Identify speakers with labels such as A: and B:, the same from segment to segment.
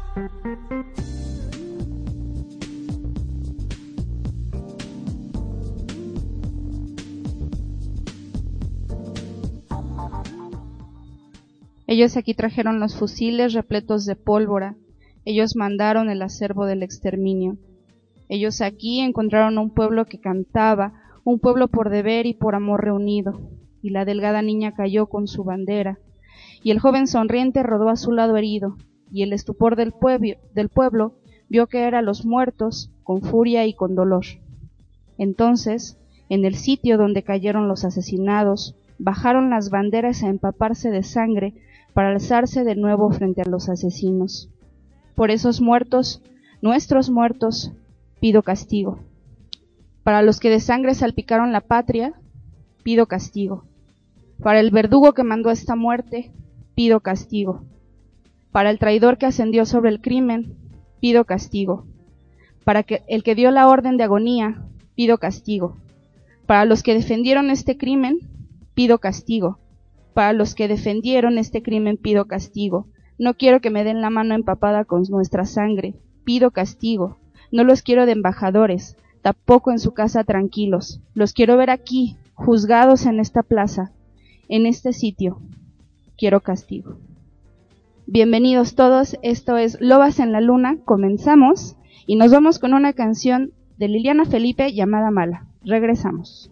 A: Ellos aquí trajeron los fusiles repletos de pólvora. Ellos mandaron el acervo del exterminio. Ellos aquí encontraron un pueblo que cantaba, un pueblo por deber y por amor reunido. Y la delgada niña cayó con su bandera. Y el joven sonriente rodó a su lado herido. Y el estupor del pueblo vio caer a los muertos con furia y con dolor. Entonces, en el sitio donde cayeron los asesinados, bajaron las banderas a empaparse de sangre para alzarse de nuevo frente a los asesinos. Por esos muertos, nuestros muertos, pido castigo. Para los que de sangre salpicaron la patria, pido castigo. Para el verdugo que mandó esta muerte, pido castigo. Para el traidor que ascendió sobre el crimen, pido castigo. Para el que dio la orden de agonía, pido castigo. Para los que defendieron este crimen, pido castigo. Para los que defendieron este crimen pido castigo. No quiero que me den la mano empapada con nuestra sangre. Pido castigo. No los quiero de embajadores, tampoco en su casa tranquilos. Los quiero ver aquí, juzgados en esta plaza, en este sitio. Quiero castigo. Bienvenidos todos, esto es Lobas en la Luna. Comenzamos y nos vamos con una canción de Liliana Felipe llamada Mala. Regresamos.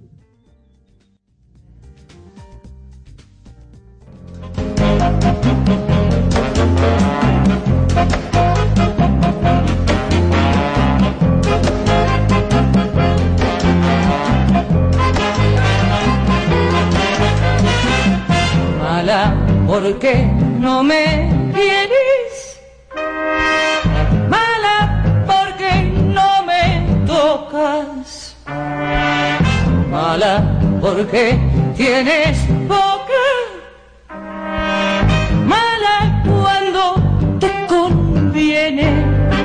B: Mala, ¿por qué no me quieres? Mala, ¿por qué no me tocas? Mala, ¿por qué tienes boca? Mala cuando te conviene.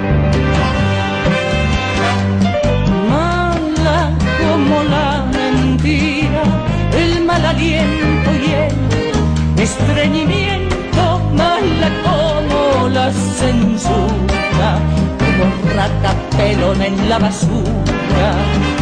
B: Mala como la mentira, el mal aliento y el estreñimiento. Mala como la censura, como rata pelona en la basura.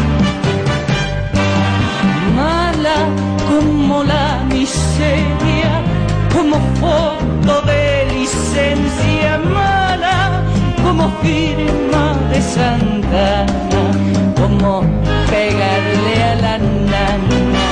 B: Mala como la miseria, como foto de licencia. Mala como firma de Santana, como pegarle a la nana.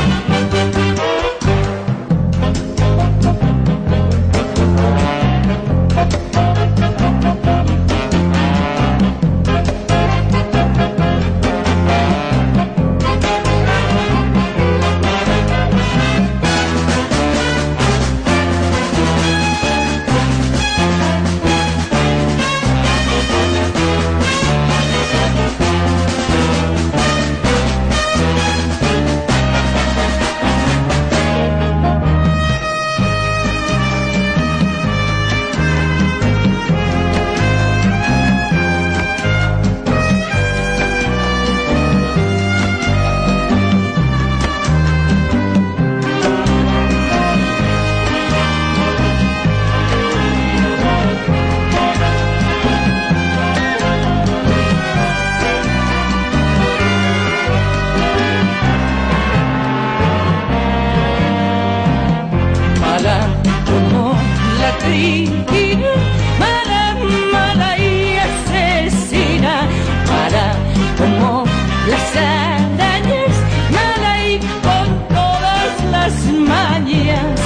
B: Mala, mala y asesina, mala como las arañas, mala y con todas las mañas.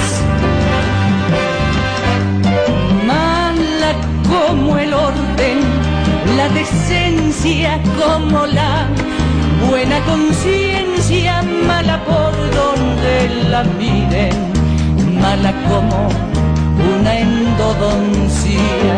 B: Mala como el orden, la decencia, como la buena conciencia. Mala por donde la miren, mala como una endodoncia.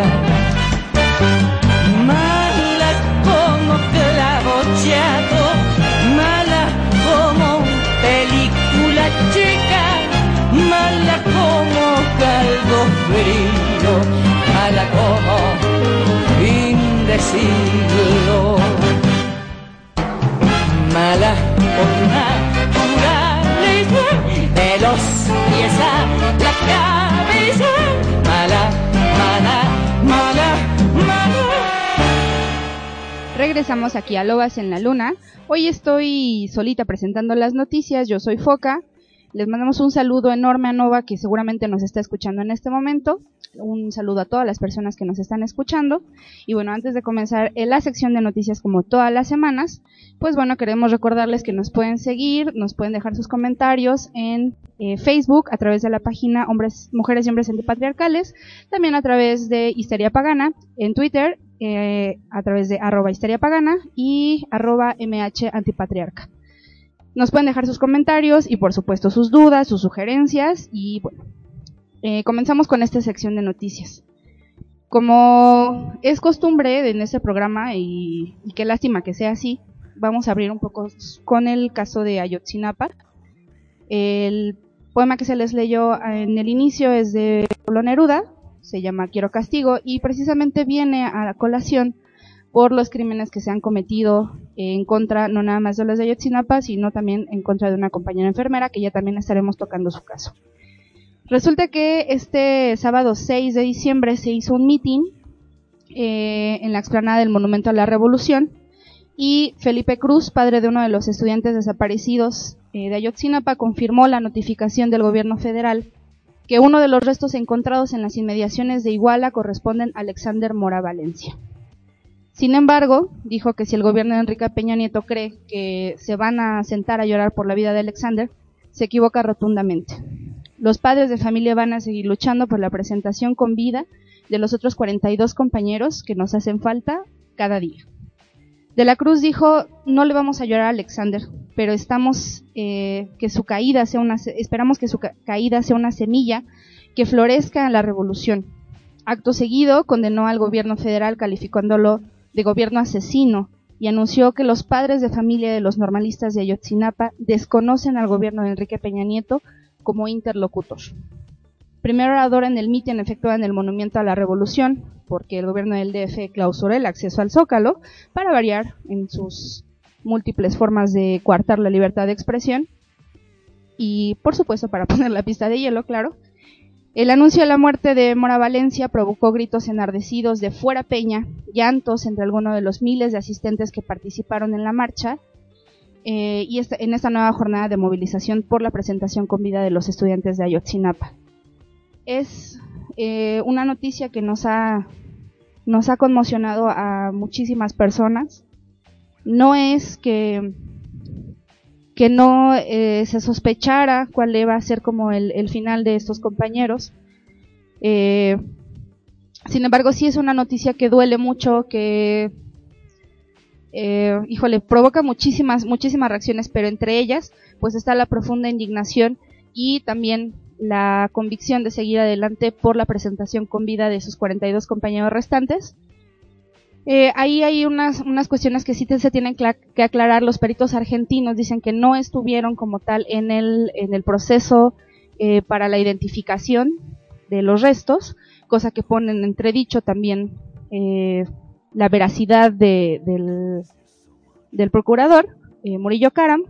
B: Mala como clavo chato, mala como película checa, mala como caldo frío, mala como fin de siglo. Mala por naturaleza, de los pies a la cabeza. Mala, mala, mala.
A: Regresamos aquí a Lobas en la Luna. Hoy estoy solita presentando las noticias, yo soy Foca. Les mandamos un saludo enorme a Nova, que seguramente nos está escuchando en este momento. Un saludo a todas las personas que nos están escuchando. Y bueno, antes de comenzar la sección de noticias como todas las semanas, pues bueno, queremos recordarles que nos pueden seguir, nos pueden dejar sus comentarios en Facebook, a través de la página Mujeres y Hombres Antipatriarcales, también a través de Histeria Pagana, en Twitter, a través de @histeriapagana y @mhantipatriarca. Nos pueden dejar sus comentarios y por supuesto sus dudas, sus sugerencias y bueno, comenzamos con esta sección de noticias. Como es costumbre en este programa y qué lástima que sea así, vamos a abrir un poco con el caso de Ayotzinapa. El poema que se les leyó en el inicio es de Pablo Neruda, se llama Quiero Castigo y precisamente viene a la colación por los crímenes que se han cometido en contra, no nada más de los de Ayotzinapa, sino también en contra de una compañera enfermera, que ya también estaremos tocando su caso. Resulta que este sábado 6 de diciembre se hizo un meeting en la explanada del Monumento a la Revolución, y Felipe Cruz, padre de uno de los estudiantes desaparecidos de Ayotzinapa, confirmó la notificación del gobierno federal que uno de los restos encontrados en las inmediaciones de Iguala corresponden a Alexander Mora Valencia. Sin embargo, dijo que si el gobierno de Enrique Peña Nieto cree que se van a sentar a llorar por la vida de Alexander, se equivoca rotundamente. Los padres de familia van a seguir luchando por la presentación con vida de los otros 42 compañeros que nos hacen falta cada día. De la Cruz dijo, no le vamos a llorar a Alexander, pero esperamos que su caída sea una semilla que florezca en la revolución. Acto seguido, condenó al gobierno federal calificándolo de gobierno asesino y anunció que los padres de familia de los normalistas de Ayotzinapa desconocen al gobierno de Enrique Peña Nieto como interlocutor. Primer orador en el mitin efectuado en el Monumento a la Revolución, porque el gobierno del DF clausuró el acceso al Zócalo, para variar en sus múltiples formas de coartar la libertad de expresión, y por supuesto para poner la pista de hielo, claro. El anuncio de la muerte de Mora Valencia provocó gritos enardecidos de fuera Peña, llantos entre algunos de los miles de asistentes que participaron en la marcha, y en esta nueva jornada de movilización por la presentación con vida de los estudiantes de Ayotzinapa. Es una noticia que nos ha conmocionado a muchísimas personas. No es que no se sospechara cuál iba a ser como el final de estos compañeros. Sin embargo, sí es una noticia que duele mucho, que provoca muchísimas reacciones, pero entre ellas pues está la profunda indignación y también la convicción de seguir adelante por la presentación con vida de sus 42 compañeros restantes. Ahí hay unas cuestiones que sí se tienen que aclarar. Los peritos argentinos dicen que no estuvieron como tal en el proceso para la identificación de los restos, cosa que pone en entredicho también la veracidad del procurador Murillo Karam.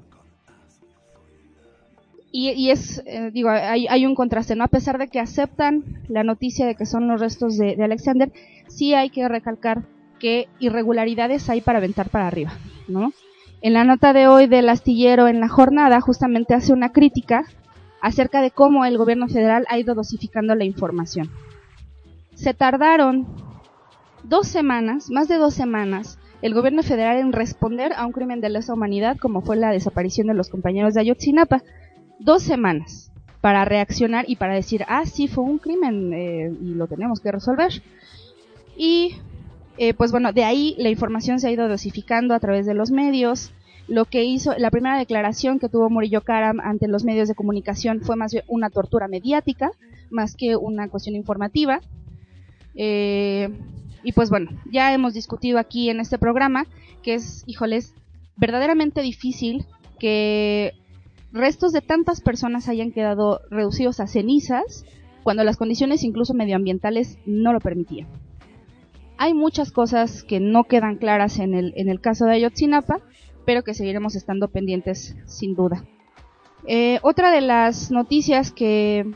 A: Y hay un contraste, ¿no? A pesar de que aceptan la noticia de que son los restos de Alexander, sí hay que recalcar que irregularidades hay para aventar para arriba, ¿no? En la nota de hoy del Astillero en la jornada justamente hace una crítica acerca de cómo el gobierno federal ha ido dosificando la información. Se tardaron más de 2 semanas, el gobierno federal en responder a un crimen de lesa humanidad como fue la desaparición de los compañeros de Ayotzinapa. 2 semanas para reaccionar y para decir, sí fue un crimen y lo tenemos que resolver. Y pues bueno, de ahí la información se ha ido dosificando a través de los medios. Lo que hizo, la primera declaración que tuvo Murillo Karam ante los medios de comunicación fue más bien una tortura mediática, más que una cuestión informativa. Y pues bueno, ya hemos discutido aquí en este programa que es verdaderamente difícil que restos de tantas personas hayan quedado reducidos a cenizas cuando las condiciones incluso medioambientales no lo permitían. Hay muchas cosas que no quedan claras en el caso de Ayotzinapa, pero que seguiremos estando pendientes sin duda. Otra de las noticias que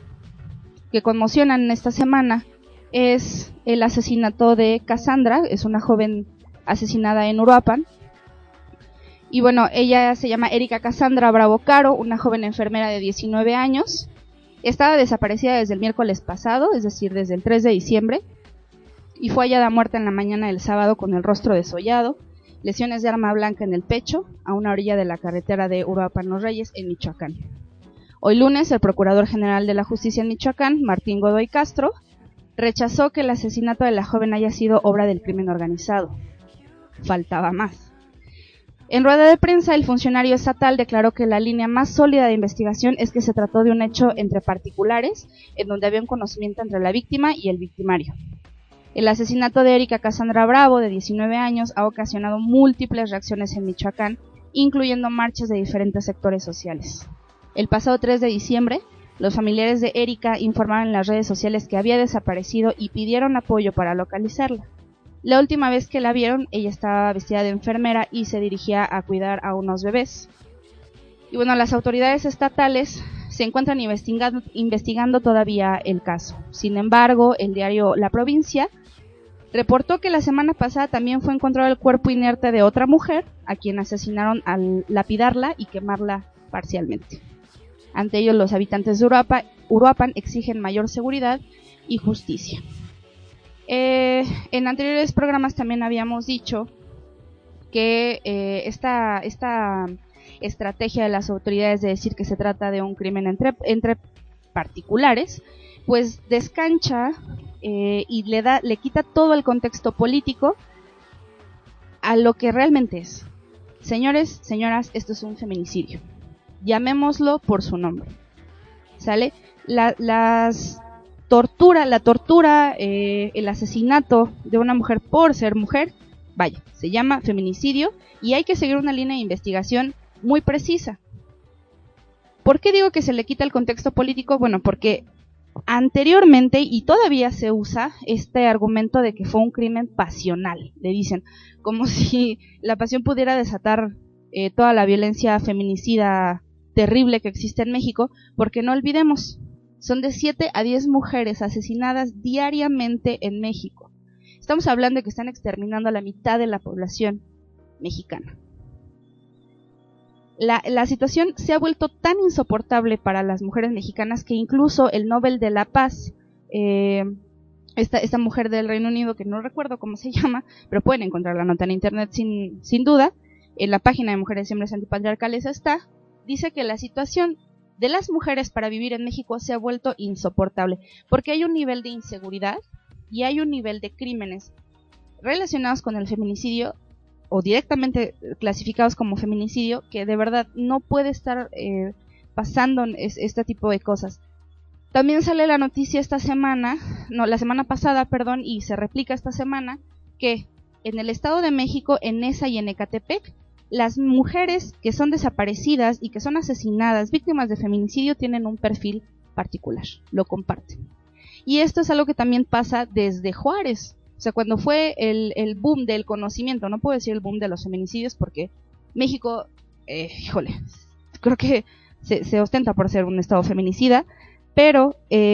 A: conmocionan esta semana es el asesinato de Cassandra. Es una joven asesinada en Uruapan. Y bueno, ella se llama Erika Cassandra Bravo Caro, una joven enfermera de 19 años. Estaba desaparecida desde el miércoles pasado, es decir, desde el 3 de diciembre, y fue hallada muerta en la mañana del sábado con el rostro desollado, lesiones de arma blanca en el pecho, a una orilla de la carretera de Uruapan Los Reyes, en Michoacán. Hoy lunes, el Procurador General de la Justicia en Michoacán, Martín Godoy Castro, rechazó que el asesinato de la joven haya sido obra del crimen organizado. Faltaba más. En rueda de prensa, el funcionario estatal declaró que la línea más sólida de investigación es que se trató de un hecho entre particulares, en donde había un conocimiento entre la víctima y el victimario. El asesinato de Erika Cassandra Bravo, de 19 años, ha ocasionado múltiples reacciones en Michoacán, incluyendo marchas de diferentes sectores sociales. El pasado 3 de diciembre, los familiares de Erika informaron en las redes sociales que había desaparecido y pidieron apoyo para localizarla. La última vez que la vieron, ella estaba vestida de enfermera y se dirigía a cuidar a unos bebés. Y bueno, las autoridades estatales se encuentran investigando todavía el caso. Sin embargo, el diario La Provincia reportó que la semana pasada también fue encontrado el cuerpo inerte de otra mujer, a quien asesinaron al lapidarla y quemarla parcialmente. Ante ello, los habitantes de Uruapan exigen mayor seguridad y justicia. En anteriores programas también habíamos dicho que esta estrategia de las autoridades de decir que se trata de un crimen entre particulares, pues descancha y le quita todo el contexto político a lo que realmente es. Señores, señoras, esto es un feminicidio. Llamémoslo por su nombre. ¿Sale? La tortura, el asesinato de una mujer por ser mujer, vaya, se llama feminicidio y hay que seguir una línea de investigación muy precisa. ¿Por qué digo que se le quita el contexto político? Bueno, porque anteriormente, y todavía se usa este argumento de que fue un crimen pasional, le dicen, como si la pasión pudiera desatar toda la violencia feminicida terrible que existe en México, porque no olvidemos, son de 7 a 10 mujeres asesinadas diariamente en México. Estamos hablando de que están exterminando a la mitad de la población mexicana. La situación se ha vuelto tan insoportable para las mujeres mexicanas que incluso el Nobel de la Paz, esta mujer del Reino Unido, que no recuerdo cómo se llama, pero pueden encontrar la nota en internet sin duda, en la página de Mujeres y Hombres Antipatriarcales dice que la situación de las mujeres para vivir en México se ha vuelto insoportable, porque hay un nivel de inseguridad y hay un nivel de crímenes relacionados con el feminicidio o directamente clasificados como feminicidio que de verdad no puede estar pasando este tipo de cosas. También sale la noticia la semana pasada, y se replica esta semana, que en el Estado de México, en Nesa y en Ecatepec, las mujeres que son desaparecidas y que son asesinadas, víctimas de feminicidio, tienen un perfil particular, lo comparten. Y esto es algo que también pasa desde Juárez. O sea, cuando fue el boom del conocimiento, no puedo decir el boom de los feminicidios porque México, creo que se ostenta por ser un estado feminicida, pero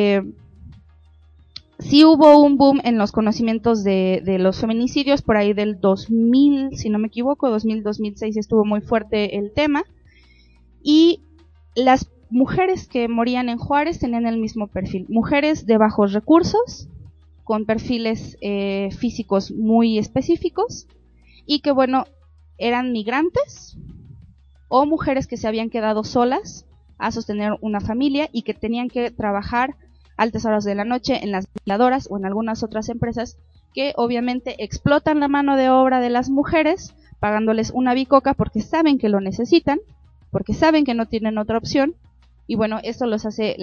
A: sí hubo un boom en los conocimientos de los feminicidios por ahí del 2000, si no me equivoco, 2000-2006 estuvo muy fuerte el tema, y las mujeres que morían en Juárez tenían el mismo perfil, mujeres de bajos recursos, con perfiles físicos muy específicos, y que eran migrantes o mujeres que se habían quedado solas a sostener una familia y que tenían que trabajar altas horas de la noche en las veladoras o en algunas otras empresas que obviamente explotan la mano de obra de las mujeres pagándoles una bicoca porque saben que lo necesitan, porque saben que no tienen otra opción, y esto las hace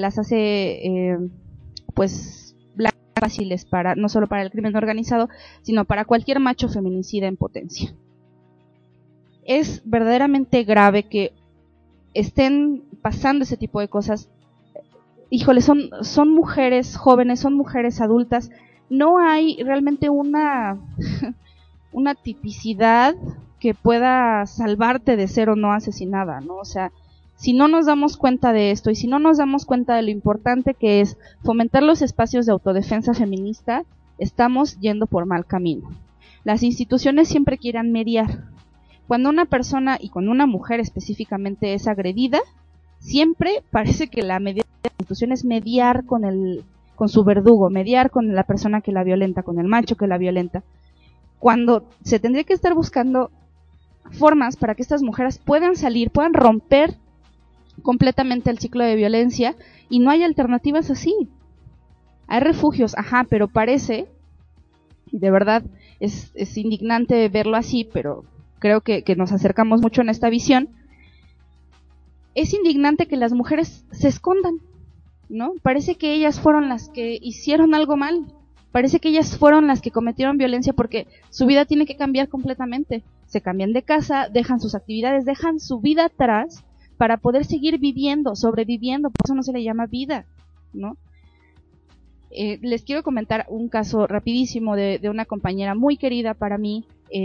A: fáciles no solo para el crimen organizado, sino para cualquier macho feminicida en potencia. Es verdaderamente grave que estén pasando ese tipo de cosas. Híjole, son mujeres jóvenes, son mujeres adultas, no hay realmente una tipicidad que pueda salvarte de ser o no asesinada, ¿no? O sea, si no nos damos cuenta de esto y si no nos damos cuenta de lo importante que es fomentar los espacios de autodefensa feminista, estamos yendo por mal camino. las instituciones siempre quieran mediar. Cuando una persona, y cuando una mujer específicamente es agredida, siempre parece que la medida de la institución es mediar con su verdugo, mediar con la persona que la violenta, con el macho que la violenta, cuando se tendría que estar buscando formas para que estas mujeres puedan salir, puedan romper completamente el ciclo de violencia, y no hay alternativas así. Hay refugios, pero parece, y de verdad es indignante verlo así, pero creo que nos acercamos mucho en esta visión, es indignante que las mujeres se escondan, ¿no? Parece que ellas fueron las que hicieron algo mal, parece que ellas fueron las que cometieron violencia, porque su vida tiene que cambiar completamente. Se cambian de casa, dejan sus actividades, dejan su vida atrás para poder seguir viviendo, sobreviviendo. Por eso no se le llama vida, ¿no? Les quiero comentar un caso rapidísimo de una compañera muy querida para mí.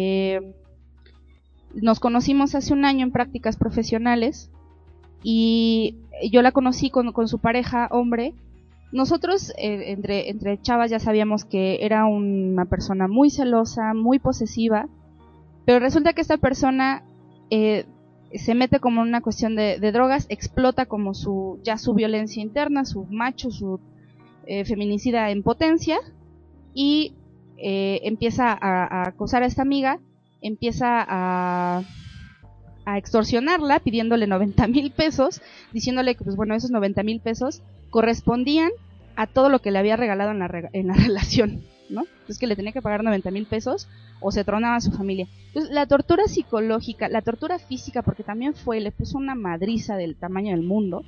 A: Nos conocimos hace un año en prácticas profesionales y yo la conocí con su pareja, hombre. Nosotros, entre chavas, ya sabíamos que era una persona muy celosa, muy posesiva, pero resulta que esta persona se mete como en una cuestión de drogas, explota como su violencia interna, su macho, su feminicida en potencia, y empieza a acosar a esta amiga, empieza a extorsionarla pidiéndole 90,000 pesos, diciéndole que pues bueno, esos 90,000 pesos correspondían a todo lo que le había regalado en la relación, ¿no? Entonces que le tenía que pagar 90,000 pesos o se tronaba a su familia. Entonces la tortura psicológica, la tortura física, porque también le puso una madriza del tamaño del mundo,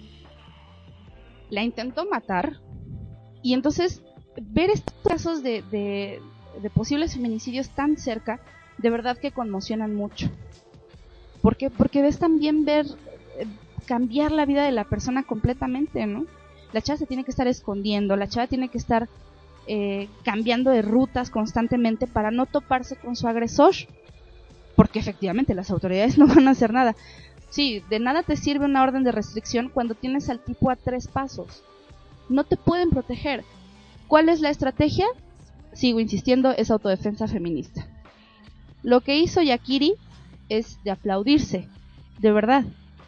A: la intentó matar, y entonces ver estos casos de posibles feminicidios tan cerca, de verdad que conmocionan mucho. ¿Por qué? Porque ves también ver cambiar la vida de la persona completamente, ¿no? La chava se tiene que estar escondiendo, la chava tiene que estar cambiando de rutas constantemente para no toparse con su agresor, porque efectivamente las autoridades no van a hacer nada. Sí, de nada te sirve una orden de restricción cuando tienes al tipo a 3 pasos. No te pueden proteger. ¿Cuál es la estrategia? Sigo insistiendo, es autodefensa feminista. Lo que hizo Yakiri es de aplaudirse, de verdad.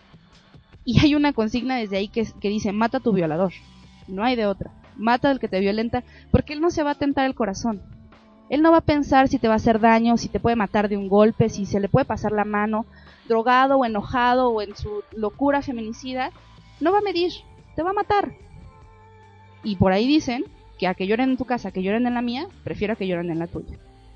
A: Y hay una consigna desde ahí que dice: mata a tu violador. No hay de otra. Mata al que te violenta, porque él no se va a tentar el corazón. Él no va a pensar si te va a hacer daño, si te puede matar de un golpe, si se le puede pasar la mano, drogado o enojado o en su locura feminicida. No va a medir, te va a matar. Y por ahí dicen que a que lloren en tu casa, que lloren en la mía, prefiero que lloren en la tuya.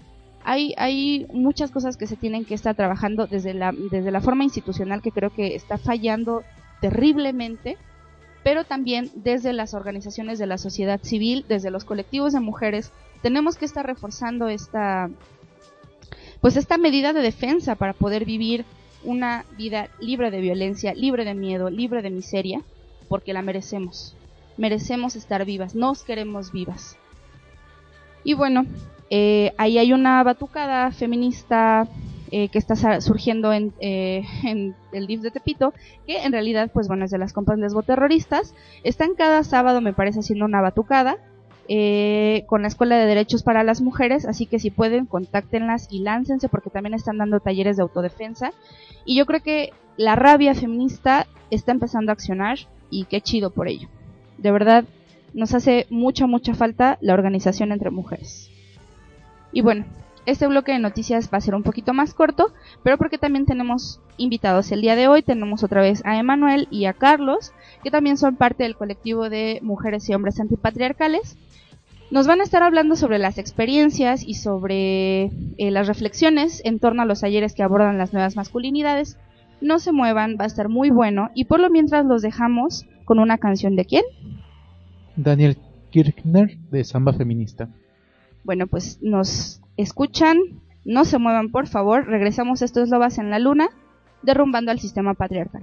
A: Hay muchas cosas que se tienen que estar trabajando desde la forma institucional, que creo que está fallando terriblemente, pero también desde las organizaciones de la sociedad civil, desde los colectivos de mujeres. Tenemos que estar reforzando esta medida de defensa para poder vivir una vida libre de violencia, libre de miedo, libre de miseria, porque la merecemos. Merecemos estar vivas, nos queremos vivas. Y bueno, ahí hay una batucada feminista que está surgiendo en el DIF de Tepito, que en realidad, pues bueno, es de las compas lesboterroristas. Están cada sábado, me parece, haciendo una batucada con la Escuela de Derechos para las Mujeres, así que si pueden, contáctenlas y láncense, porque también están dando talleres de autodefensa. Y yo creo que la rabia feminista está empezando a accionar, y qué chido por ello. De verdad, nos hace mucha falta la organización entre mujeres. Y bueno, este bloque de noticias va a ser un poquito más corto, pero porque también tenemos invitados el día de hoy. Tenemos otra vez a Emanuel y a Carlos, que también son parte del colectivo de mujeres y hombres antipatriarcales. Nos van a estar hablando sobre las experiencias y sobre las reflexiones en torno a los talleres que abordan las nuevas masculinidades. No se muevan, va a estar muy bueno, y por lo mientras los dejamos con una canción de ¿quién?
C: Daniel Kirchner, de Samba Feminista.
A: Bueno, pues nos escuchan, no se muevan por favor, regresamos a Estos Lobas en la Luna, derrumbando al sistema patriarcal.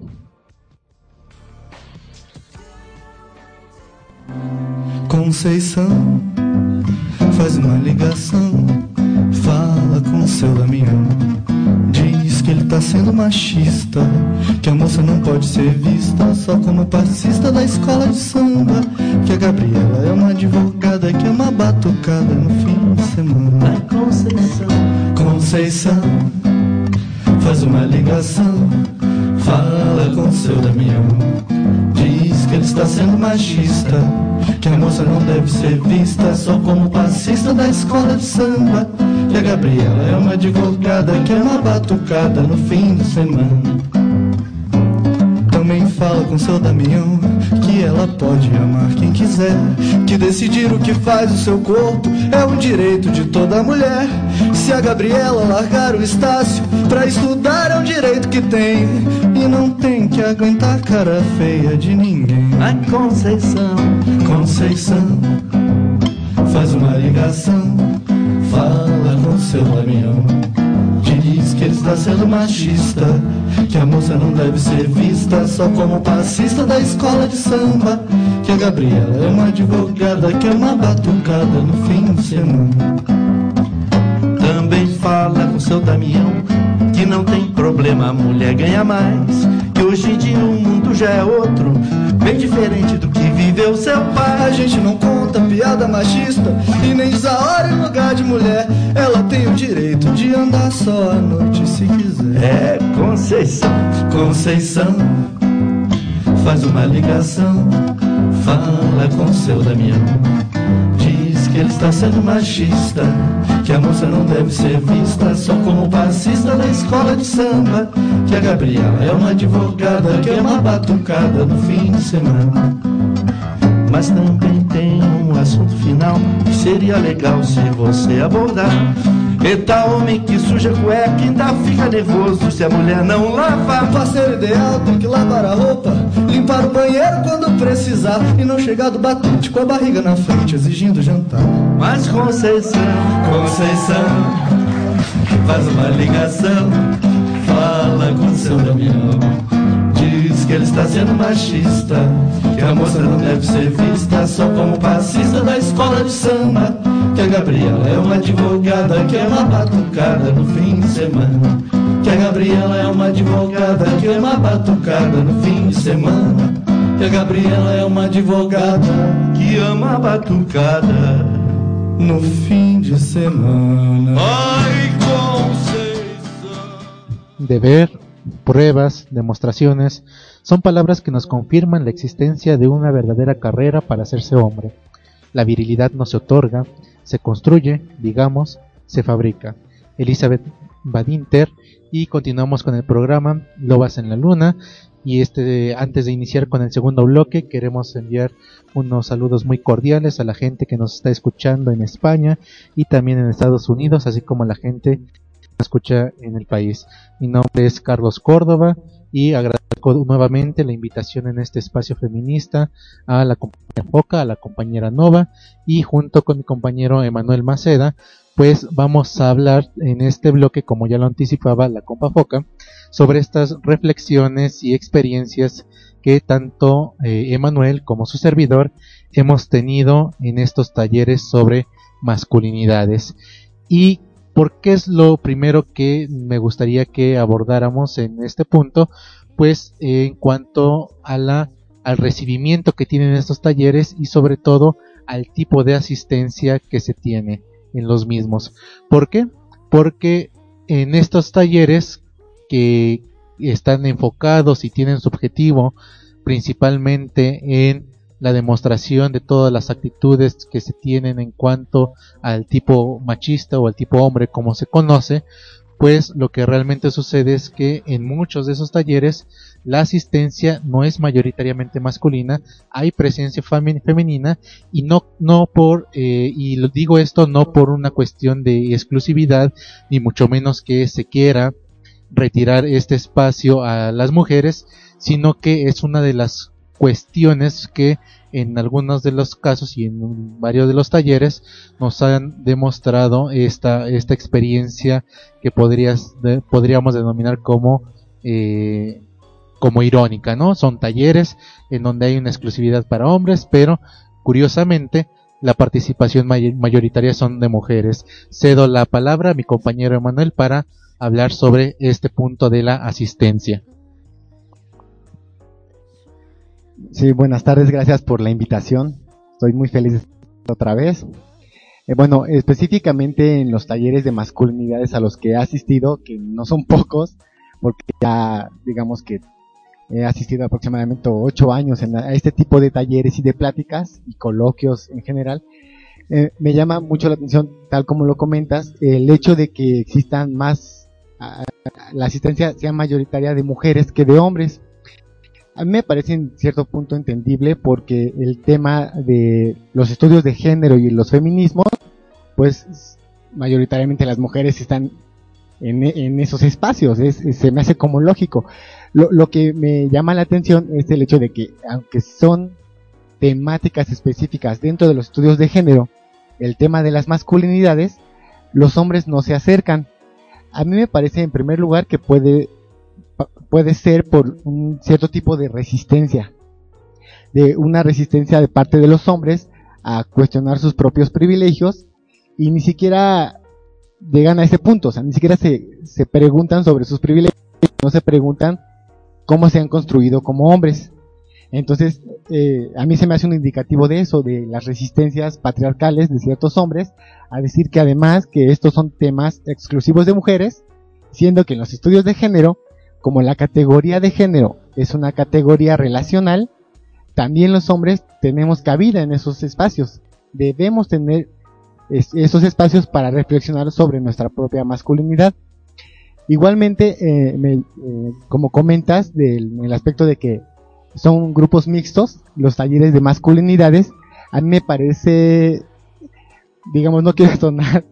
D: Conceição faz uma ligação, fala com seu Damião, diz que ele tá sendo machista, que a moça não pode ser vista só como passista da escola de samba, que a Gabriela é uma advogada, que é uma batucada no fim de semana. Conceição, Conceição faz uma ligação, fala com seu Damião. Diz que ele está sendo machista, que a moça não deve ser vista só como passista da escola de samba. Que a Gabriela é uma advogada, que é uma batucada no fim de semana. Também fala com seu Damião que ela pode amar quem quiser, que decidir o que faz o seu corpo é um direito de toda mulher. Se a Gabriela largar o Estácio pra estudar é um direito que tem, e não tem que aguentar a cara feia de ninguém. Ai, Conceição, Conceição faz uma ligação, fala com seu Damião. Diz que ele está sendo machista, que a moça não deve ser vista só como passista da escola de samba. Que a Gabriela é uma advogada, que é uma batucada no fim de semana. Também fala com seu Damião que não tem problema a mulher ganhar mais, que hoje em dia o mundo já é outro, bem diferente do que viveu seu pai. A gente não conta piada machista e nem diz a hora e lugar de mulher. Ela tem o direito de andar só à noite se quiser. É, Conceição, Conceição faz uma ligação, fala com seu Damião. Diz que ele está sendo machista, que a moça não deve ser vista só como passista da escola de samba. Que a Gabriela é uma advogada, que é uma batucada no fim de semana. Mas também tem um assunto final que seria legal se você abordar. Eita, homem que suja a cueca ainda fica nervoso se a mulher não lavar. O parceiro ideal tem que lavar a roupa, limpar o banheiro quando precisar, e não chegar do batente com a barriga na frente exigindo jantar. Mas Conceição, Conceição faz uma ligação, fala com seu Damião. Diz que ele está sendo machista, que a moça não deve ser vista só como passista da escola de samba. Que a Gabriela é uma advogada, que é uma batucada no fim de semana. Que a Gabriela é uma advogada, que é uma batucada no fim de semana. Que a Gabriela é uma advogada, que ama a batucada no fim de semana. Ai, Conceição.
C: Deber, pruebas, demostraciones, son palabras que nos confirman la existencia de una verdadera carrera para hacerse hombre. La virilidad no se otorga, se construye, digamos, se fabrica. Elizabeth Badinter, y continuamos con el programa Lobas en la Luna. Y antes de iniciar con el segundo bloque, queremos enviar unos saludos muy cordiales a la gente que nos está escuchando en España y también en Estados Unidos, así como a la gente que nos escucha en el país. Mi nombre es Carlos Córdoba y agradezco nuevamente la invitación en este espacio feminista a la compañera Foca, a la compañera Nova, y junto con mi compañero Emanuel Maceda, pues vamos a hablar en este bloque, como ya lo anticipaba la compa Foca, sobre estas reflexiones y experiencias que tanto Emanuel como su servidor hemos tenido en estos talleres sobre masculinidades. Y ¿por qué es lo primero que me gustaría que abordáramos en este punto? Pues en cuanto a al recibimiento que tienen estos talleres y sobre todo al tipo de asistencia que se tiene en los mismos. ¿Por qué? Porque en estos talleres que están enfocados y tienen su objetivo principalmente en la demostración de todas las actitudes que se tienen en cuanto al tipo machista o al tipo hombre como se conoce, pues lo que realmente sucede es que en muchos de esos talleres la asistencia no es mayoritariamente masculina, hay presencia femenina y y lo digo esto no por una cuestión de exclusividad ni mucho menos que se quiera retirar este espacio a las mujeres, sino que es una de las cuestiones que en algunos de los casos y en varios de los talleres nos han demostrado esta experiencia que podríamos denominar como irónica, ¿no? Son talleres en donde hay una exclusividad para hombres, pero curiosamente la participación mayoritaria son de mujeres. Cedo la palabra a mi compañero Emanuel para hablar sobre este punto de la asistencia.
E: Sí, buenas tardes, gracias por la invitación. Estoy muy feliz de estar otra vez. Bueno, específicamente en los talleres de masculinidades a los que he asistido, que no son pocos, porque ya digamos que he asistido aproximadamente 8 años a este tipo de talleres y de pláticas y coloquios en general. Me llama mucho la atención, tal como lo comentas, el hecho de que existan más, la asistencia sea mayoritaria de mujeres que de hombres. A mí me parece en cierto punto entendible, porque el tema de los estudios de género y los feminismos, pues mayoritariamente las mujeres están en esos espacios, se me hace como lógico. Lo que me llama la atención es el hecho de que, aunque son temáticas específicas dentro de los estudios de género, el tema de las masculinidades, los hombres no se acercan. A mí me parece, en primer lugar, que puede ser por un cierto tipo de resistencia, de una resistencia de parte de los hombres a cuestionar sus propios privilegios, y ni siquiera llegan a ese punto, o sea, ni siquiera se preguntan sobre sus privilegios, no se preguntan cómo se han construido como hombres. Entonces, a mí se me hace un indicativo de eso, de las resistencias patriarcales de ciertos hombres a decir que además que estos son temas exclusivos de mujeres, siendo que en los estudios de género, como la categoría de género es una categoría relacional, también los hombres tenemos cabida en esos espacios. Debemos tener esos espacios para reflexionar sobre nuestra propia masculinidad. Igualmente, como comentas, el aspecto de que son grupos mixtos, los talleres de masculinidades, a mí me parece, digamos, no quiero sonar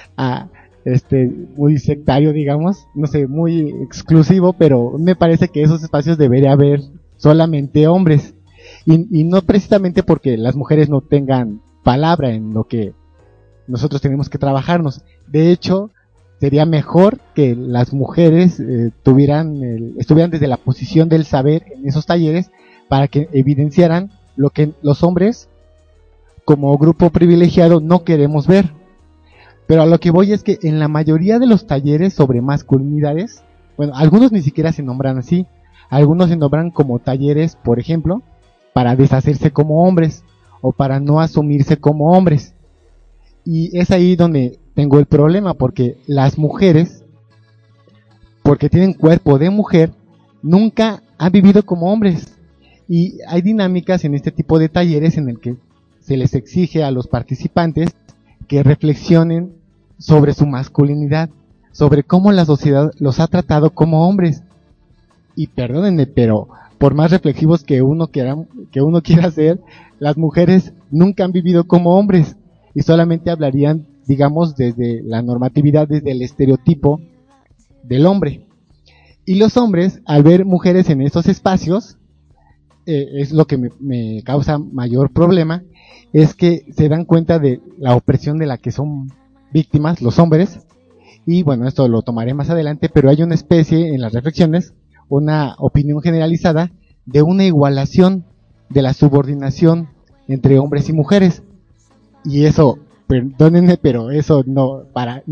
E: muy sectario, digamos, no sé, muy exclusivo, pero me parece que esos espacios debería haber solamente hombres, y no precisamente porque las mujeres no tengan palabra en lo que nosotros tenemos que trabajarnos. De hecho, sería mejor que las mujeres estuvieran desde la posición del saber en esos talleres, para que evidenciaran lo que los hombres como grupo privilegiado no queremos ver. Pero a lo que voy es que en la mayoría de los talleres sobre masculinidades, bueno, algunos ni siquiera se nombran así, algunos se nombran como talleres, por ejemplo, para deshacerse como hombres o para no asumirse como hombres. Y es ahí donde tengo el problema, porque las mujeres, porque tienen cuerpo de mujer, nunca han vivido como hombres. Y hay dinámicas en este tipo de talleres en el que se les exige a los participantes que reflexionen sobre su masculinidad, sobre cómo la sociedad los ha tratado como hombres. Y perdónenme, pero por más reflexivos que uno quiera ser, las mujeres nunca han vivido como hombres y solamente hablarían, digamos, desde la normatividad, desde el estereotipo del hombre. Y los hombres, al ver mujeres en esos espacios, es lo que me causa mayor problema, es que se dan cuenta de la opresión de la que son víctimas los hombres. Y bueno, esto lo tomaré más adelante, pero hay una especie en las reflexiones, una opinión generalizada de una igualación de la subordinación entre hombres y mujeres. Y eso, perdónenme, pero eso no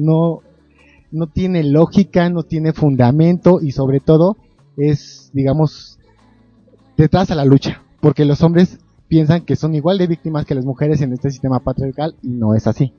E: tiene lógica, no tiene fundamento, y sobre todo es, digamos, detrás a la lucha, porque los hombres piensan que son igual de víctimas que las mujeres en este sistema patriarcal, y no es así.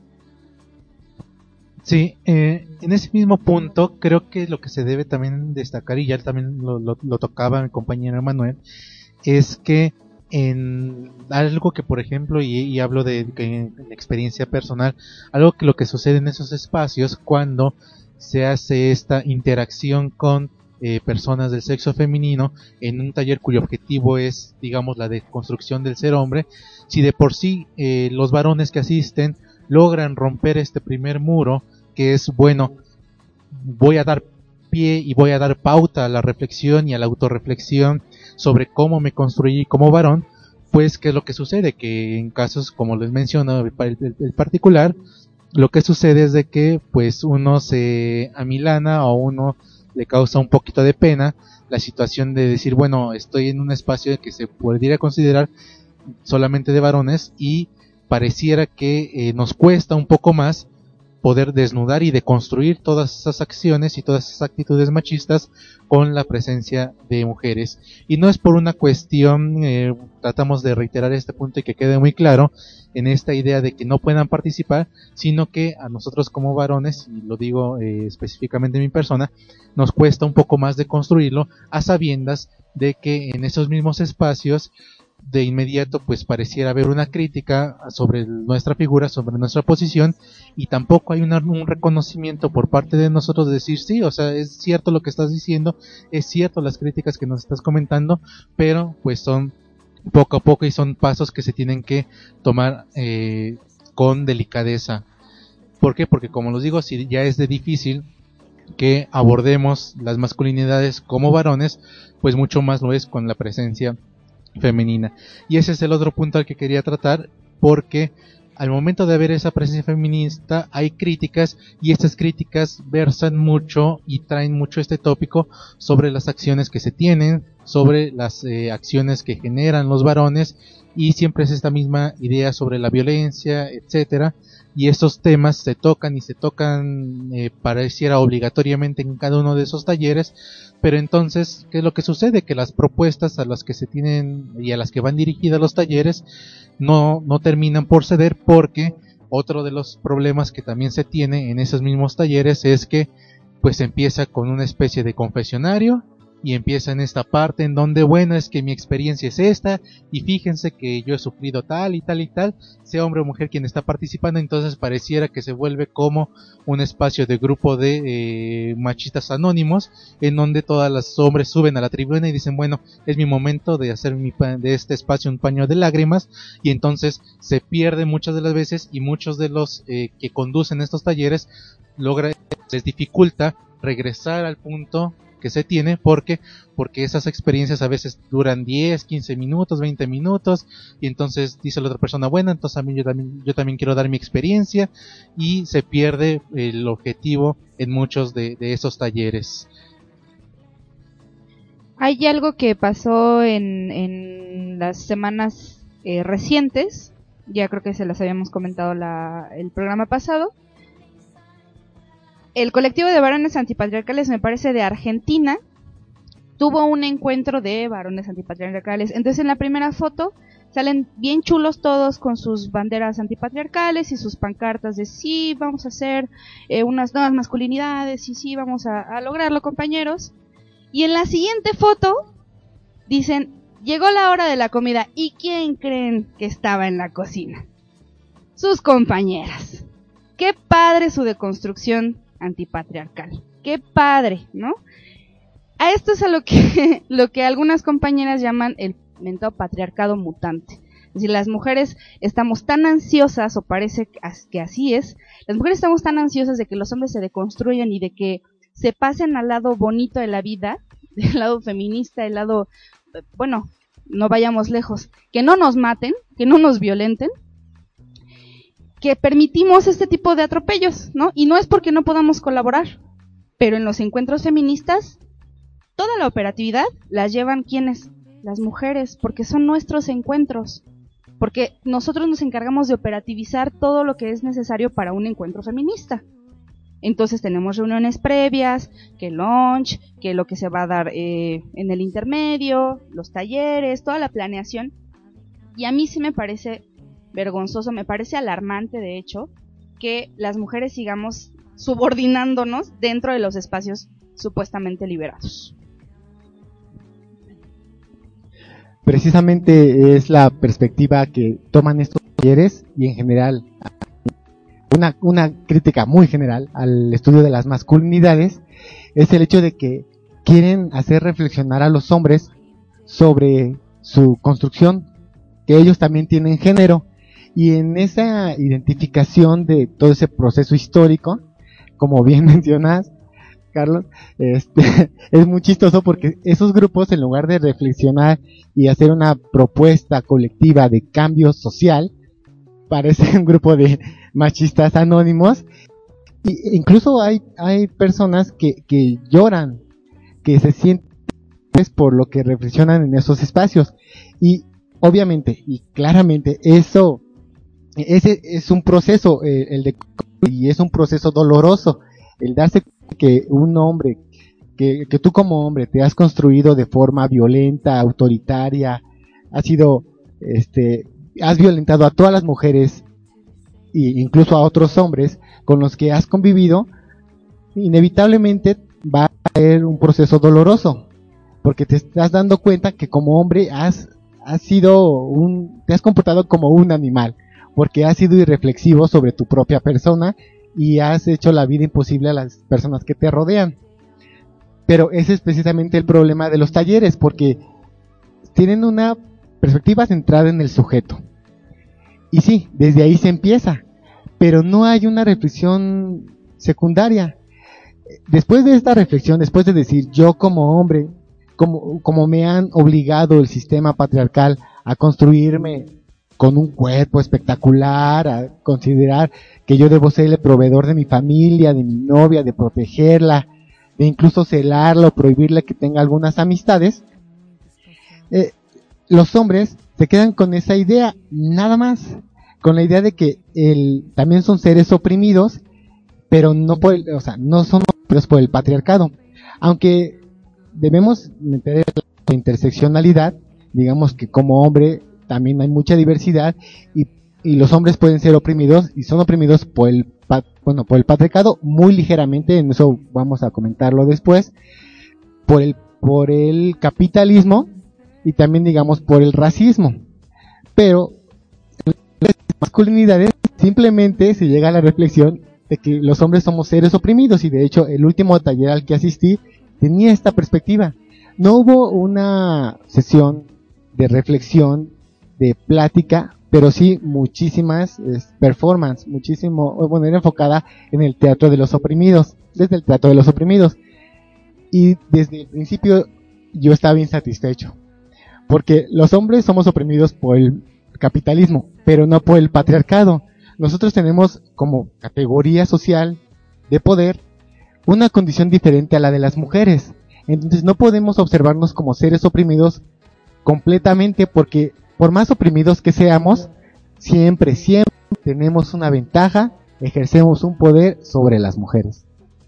C: Sí, en ese mismo punto creo que lo que se debe también destacar, y ya también lo tocaba mi compañero Manuel, es que en algo que, por ejemplo, y hablo de en experiencia personal, algo que lo que sucede en esos espacios cuando se hace esta interacción con personas del sexo femenino en un taller cuyo objetivo es, digamos, la deconstrucción del ser hombre, si de por sí los varones que asisten logran romper este primer muro, que es, bueno, voy a dar pie y voy a dar pauta a la reflexión y a la autorreflexión sobre cómo me construí como varón, pues ¿qué es lo que sucede? Que en casos, como les menciono, el particular, lo que sucede es de que pues uno se amilana o uno le causa un poquito de pena la situación de decir, bueno, estoy en un espacio que se podría considerar solamente de varones, y pareciera que nos cuesta un poco más poder desnudar y deconstruir todas esas acciones y todas esas actitudes machistas con la presencia de mujeres. Y no es por una cuestión, tratamos de reiterar este punto y que quede muy claro, en esta idea de que no puedan participar, sino que a nosotros como varones, y lo digo específicamente en mi persona, nos cuesta un poco más de construirlo a sabiendas de que en esos mismos espacios de inmediato pues pareciera haber una crítica sobre nuestra figura, sobre nuestra posición, y tampoco hay un reconocimiento por parte de nosotros de decir sí, o sea, es cierto lo que estás diciendo, es cierto las críticas que nos estás comentando, pero pues son poco a poco y son pasos que se tienen que tomar con delicadeza. ¿Por qué? Porque como los digo, si ya es de difícil que abordemos las masculinidades como varones, pues mucho más lo es con la presencia femenina. Y ese es el otro punto al que quería tratar, porque al momento de haber esa presencia feminista hay críticas, y estas críticas versan mucho y traen mucho este tópico sobre las acciones que se tienen, sobre las acciones que generan los varones, y siempre es esta misma idea sobre la violencia, etcétera. Y estos temas se tocan pareciera obligatoriamente en cada uno de esos talleres, pero entonces, ¿qué es lo que sucede? Que las propuestas a las que se tienen y a las que van dirigidas los talleres no terminan por ceder, porque otro de los problemas que también se tiene en esos mismos talleres es que pues empieza con una especie de confesionario, y empieza en esta parte en donde, bueno, es que mi experiencia es esta, y fíjense que yo he sufrido tal y tal y tal, sea hombre o mujer quien está participando. Entonces pareciera que se vuelve como un espacio de grupo de machistas anónimos, en donde todas las hombres suben a la tribuna y dicen, bueno, es mi momento de hacer de este espacio un paño de lágrimas, y entonces se pierde muchas de las veces, y muchos de los que conducen estos talleres les dificulta regresar al punto que se tiene, porque esas experiencias a veces duran 10, 15 minutos, 20 minutos, y entonces dice la otra persona, bueno, entonces a mí yo también quiero dar mi experiencia, y se pierde el objetivo en muchos de esos talleres.
A: Hay algo que pasó en las semanas recientes, ya creo que se las habíamos comentado el programa pasado. El colectivo de varones antipatriarcales, me parece de Argentina, tuvo un encuentro de varones antipatriarcales. Entonces en la primera foto salen bien chulos todos con sus banderas antipatriarcales y sus pancartas de sí, vamos a hacer unas nuevas masculinidades, y sí, vamos a lograrlo, compañeros. Y en la siguiente foto dicen, llegó la hora de la comida, ¿y quién creen que estaba en la cocina? Sus compañeras. Qué padre su deconstrucción antipatriarcal. Qué padre, ¿no? A esto es a lo que algunas compañeras llaman el mentado patriarcado mutante. Es decir, las mujeres estamos tan ansiosas, o parece que así es, las mujeres estamos tan ansiosas de que los hombres se deconstruyan y de que se pasen al lado bonito de la vida, del lado feminista, del lado, bueno, no vayamos lejos, que no nos maten, que no nos violenten, que permitimos este tipo de atropellos, ¿no? Y no es porque no podamos colaborar, pero en los encuentros feministas, toda la operatividad la llevan ¿quiénes? Las mujeres, porque son nuestros encuentros, porque nosotros nos encargamos de operativizar todo lo que es necesario para un encuentro feminista. Entonces tenemos reuniones previas, que lunch, que lo que se va a dar en el intermedio, los talleres, toda la planeación, y a mí sí me parece vergonzoso, me parece alarmante de hecho, que las mujeres sigamos subordinándonos dentro de los espacios supuestamente liberados.
E: Precisamente es la perspectiva que toman estos talleres, y en general una crítica muy general al estudio de las masculinidades es el hecho de que quieren hacer reflexionar a los hombres sobre su construcción, que ellos también tienen género. Y en esa identificación de todo ese proceso histórico, como bien mencionas, Carlos, es muy chistoso, porque esos grupos, en lugar de reflexionar y hacer una propuesta colectiva de cambio social, parece un grupo de machistas anónimos. Y incluso hay personas que lloran, que se sienten por lo que reflexionan en esos espacios. Y obviamente y claramente ese es un proceso, y es un proceso doloroso, el darse cuenta que un hombre, que tú como hombre te has construido de forma violenta, autoritaria, has sido has violentado a todas las mujeres e incluso a otros hombres con los que has convivido, inevitablemente va a haber un proceso doloroso, porque te estás dando cuenta que como hombre te has comportado como un animal, porque has sido irreflexivo sobre tu propia persona y has hecho la vida imposible a las personas que te rodean. Pero ese es precisamente el problema de los talleres, porque tienen una perspectiva centrada en el sujeto. Y sí, desde ahí se empieza, pero no hay una reflexión secundaria. Después de esta reflexión, después de decir yo como hombre, como me han obligado el sistema patriarcal a construirme con un cuerpo espectacular, a considerar que yo debo ser el proveedor de mi familia, de mi novia, de protegerla, de incluso celarla o prohibirle que tenga algunas amistades, los hombres se quedan con esa idea, nada más, con la idea de que también son seres oprimidos, pero no son oprimidos por el patriarcado. Aunque debemos meter la interseccionalidad, digamos que como hombre también hay mucha diversidad y los hombres pueden ser oprimidos y son oprimidos por el patriarcado muy ligeramente, en eso vamos a comentarlo después, por el capitalismo y también digamos por el racismo. Pero en las masculinidades simplemente se llega a la reflexión de que los hombres somos seres oprimidos, y de hecho el último taller al que asistí tenía esta perspectiva. No hubo una sesión de reflexión, de plática, pero sí muchísimas performances, era enfocada en el teatro de los oprimidos, desde el teatro de los oprimidos. Y desde el principio yo estaba insatisfecho, porque los hombres somos oprimidos por el capitalismo, pero no por el patriarcado. Nosotros tenemos como categoría social de poder una condición diferente a la de las mujeres. Entonces no podemos observarnos como seres oprimidos completamente, porque por más oprimidos que seamos, siempre tenemos una ventaja, ejercemos un poder sobre las mujeres.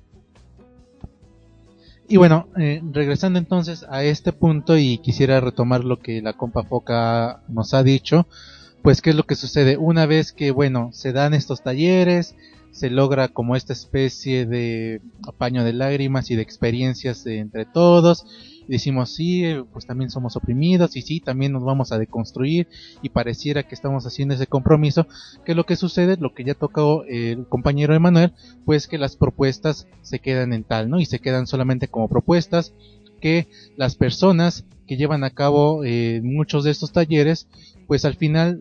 C: Y bueno, regresando entonces a este punto, y quisiera retomar lo que la compa Foca nos ha dicho, pues qué es lo que sucede una vez que, bueno, se dan estos talleres, se logra como esta especie de paño de lágrimas y de experiencias entre todos, y decimos sí, pues también somos oprimidos, y sí, también nos vamos a deconstruir, y pareciera que estamos haciendo ese compromiso. Que lo que sucede, lo que ya tocó el compañero Emanuel, pues que las propuestas se quedan en tal, ¿no? Y se quedan solamente como propuestas, que las personas que llevan a cabo muchos de estos talleres, pues al final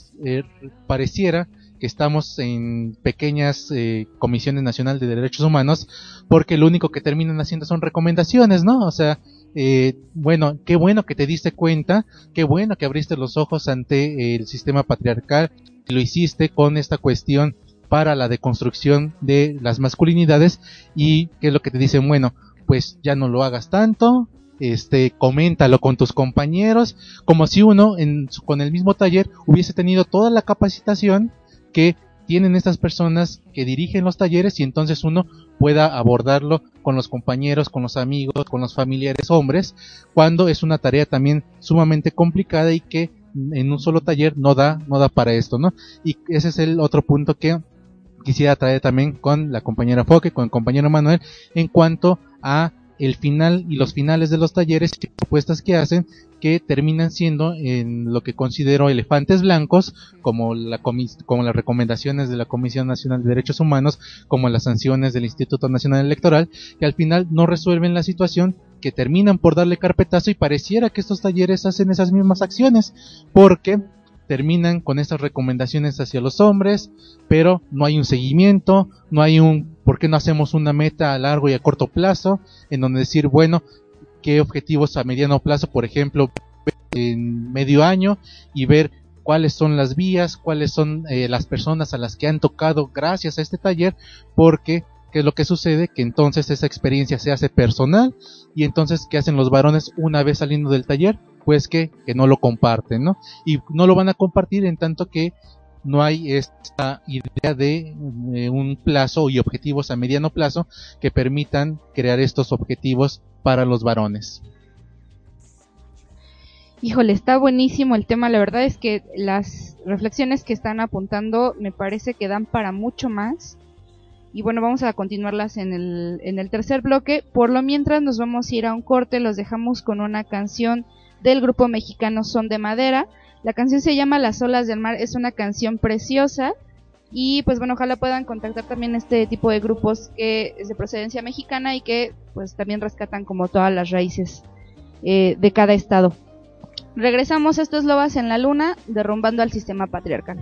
C: pareciera que estamos en pequeñas comisiones nacionales de derechos humanos, porque lo único que terminan haciendo son recomendaciones, ¿no? O sea, bueno, qué bueno que te diste cuenta, qué bueno que abriste los ojos ante el sistema patriarcal, y lo hiciste con esta cuestión para la deconstrucción de las masculinidades, y qué es lo que te dicen, bueno, pues ya no lo hagas tanto, coméntalo con tus compañeros, como si uno con el mismo taller hubiese tenido toda la capacitación que tienen estas personas que dirigen los talleres, y entonces uno pueda abordarlo con los compañeros, con los amigos, con los familiares hombres, cuando es una tarea también sumamente complicada y que en un solo taller no da para esto, ¿no? Y ese es el otro punto que quisiera traer también con la compañera Foque, con el compañero Manuel, en cuanto a el final y los finales de los talleres y propuestas que hacen, que terminan siendo en lo que considero elefantes blancos, como las recomendaciones de la Comisión Nacional de Derechos Humanos, como las sanciones del Instituto Nacional Electoral, que al final no resuelven la situación, que terminan por darle carpetazo, y pareciera que estos talleres hacen esas mismas acciones, porque terminan con estas recomendaciones hacia los hombres, pero no hay un seguimiento, no hay ¿por qué no hacemos una meta a largo y a corto plazo? En donde decir, bueno, qué objetivos a mediano plazo, por ejemplo, en medio año, y ver cuáles son las vías, cuáles son las personas a las que han tocado gracias a este taller, porque ¿qué es lo que sucede? Que entonces esa experiencia se hace personal, y entonces ¿qué hacen los varones una vez saliendo del taller? Pues que no lo comparten, ¿no? Y no lo van a compartir en tanto que no hay esta idea de un plazo y objetivos a mediano plazo que permitan crear estos objetivos para los varones.
A: Híjole, está buenísimo el tema. La verdad es que las reflexiones que están apuntando me parece que dan para mucho más. Y bueno, vamos a continuarlas en el tercer bloque. Por lo mientras nos vamos a ir a un corte. Los dejamos con una canción del grupo mexicano Son de Madera. La canción se llama Las Olas del Mar. Es una canción preciosa. Y pues bueno, ojalá puedan contactar también este tipo de grupos que es de procedencia mexicana y que pues también rescatan como todas las raíces de cada estado. Regresamos, esto es Lobas en la Luna, derrumbando al sistema patriarcal.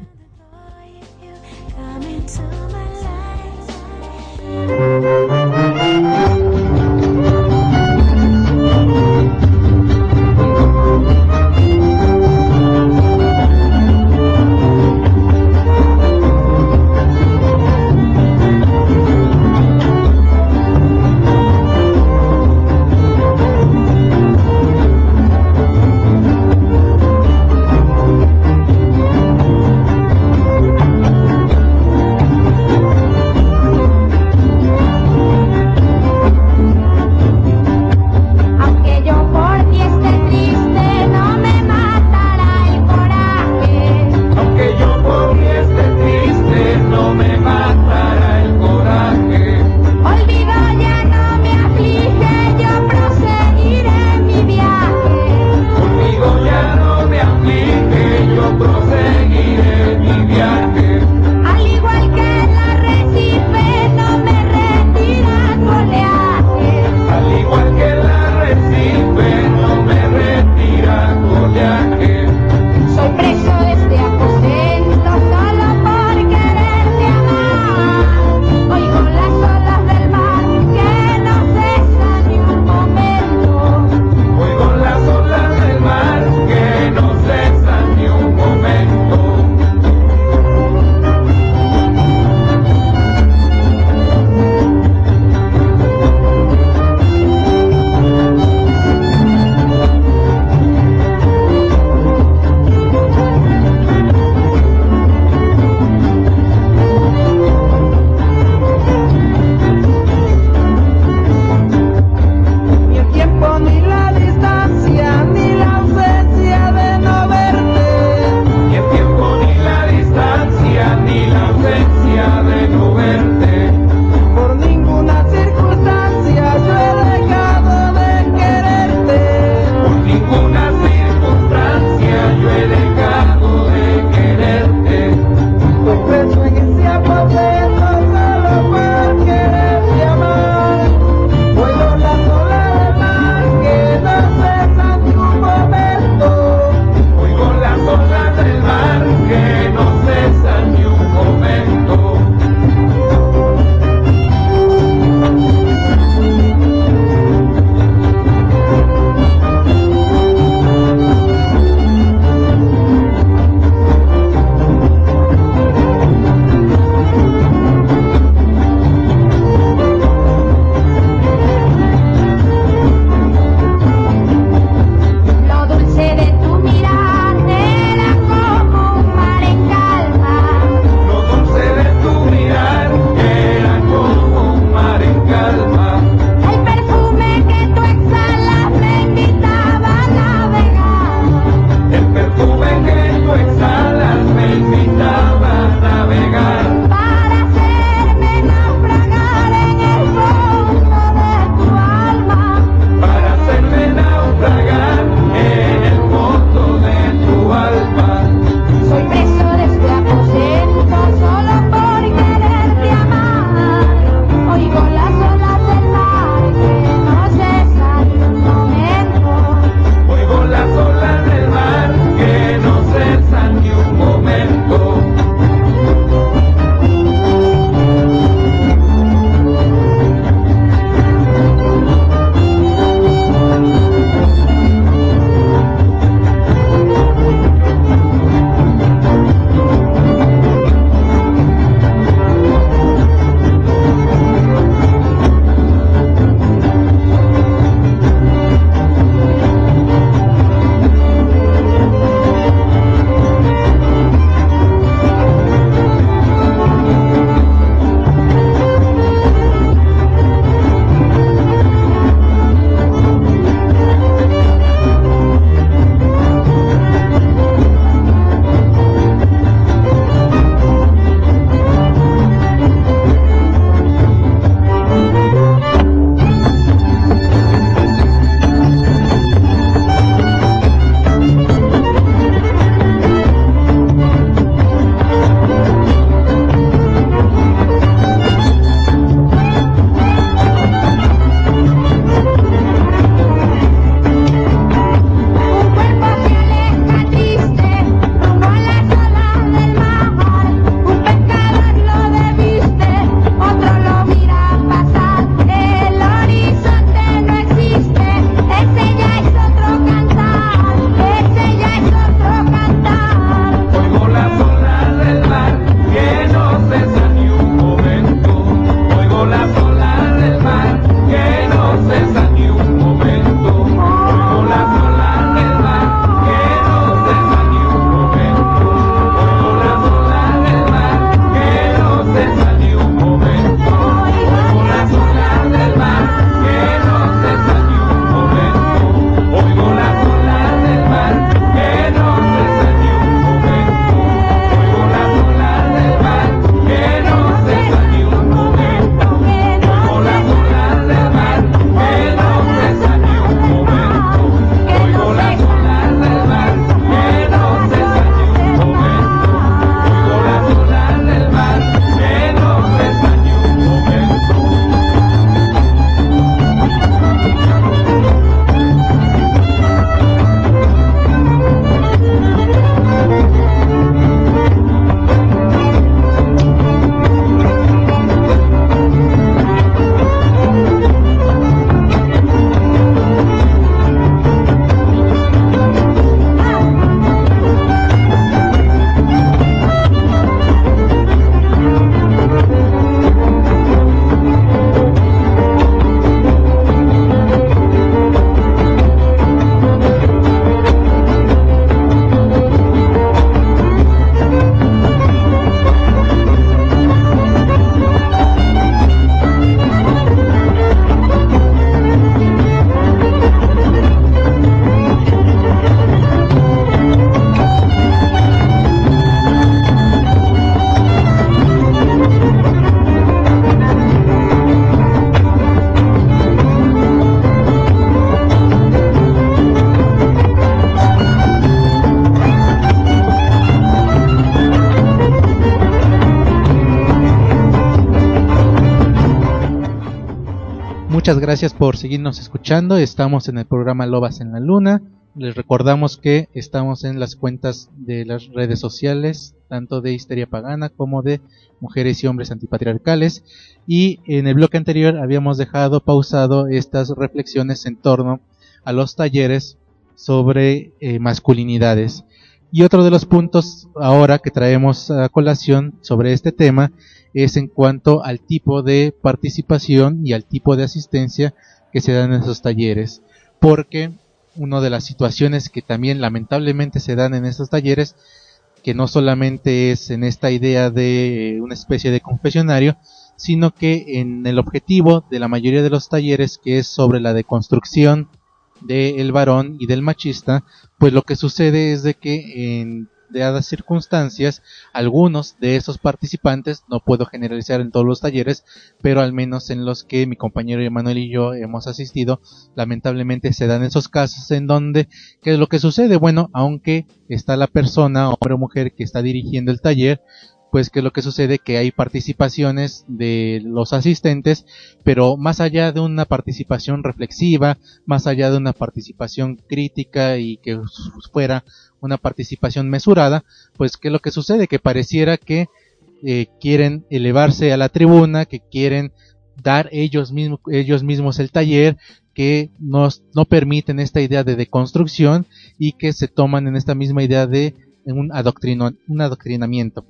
C: muchas gracias por seguirnos escuchando. Estamos en el programa Lobas en la Luna. Les recordamos que estamos en las cuentas de las redes sociales, tanto de Histeria Pagana como de Mujeres y Hombres Antipatriarcales. Y en el bloque anterior habíamos dejado pausado estas reflexiones en torno a los talleres sobre masculinidades. Y otro de los puntos ahora que traemos a colación sobre este tema es en cuanto al tipo de participación y al tipo de asistencia que se dan en esos talleres, porque una de las situaciones que también lamentablemente se dan en esos talleres, que no solamente es en esta idea de una especie de confesionario, sino que en el objetivo de la mayoría de los talleres, que es sobre la deconstrucción del varón y del machista, pues lo que sucede es de que en dadas circunstancias, algunos de esos participantes, no puedo generalizar en todos los talleres, pero al menos en los que mi compañero Emanuel y yo hemos asistido, lamentablemente se dan esos casos en donde, ¿qué es lo que sucede? Bueno, aunque está la persona, hombre o mujer, que está dirigiendo el taller, pues que lo que sucede que hay participaciones de los asistentes, pero más allá de una participación reflexiva, más allá de una participación crítica y que fuera una participación mesurada, pues que lo que sucede que pareciera que quieren elevarse a la tribuna, que quieren dar ellos mismos el taller, que no permiten esta idea de deconstrucción y que se toman en esta misma idea de un adoctrinamiento,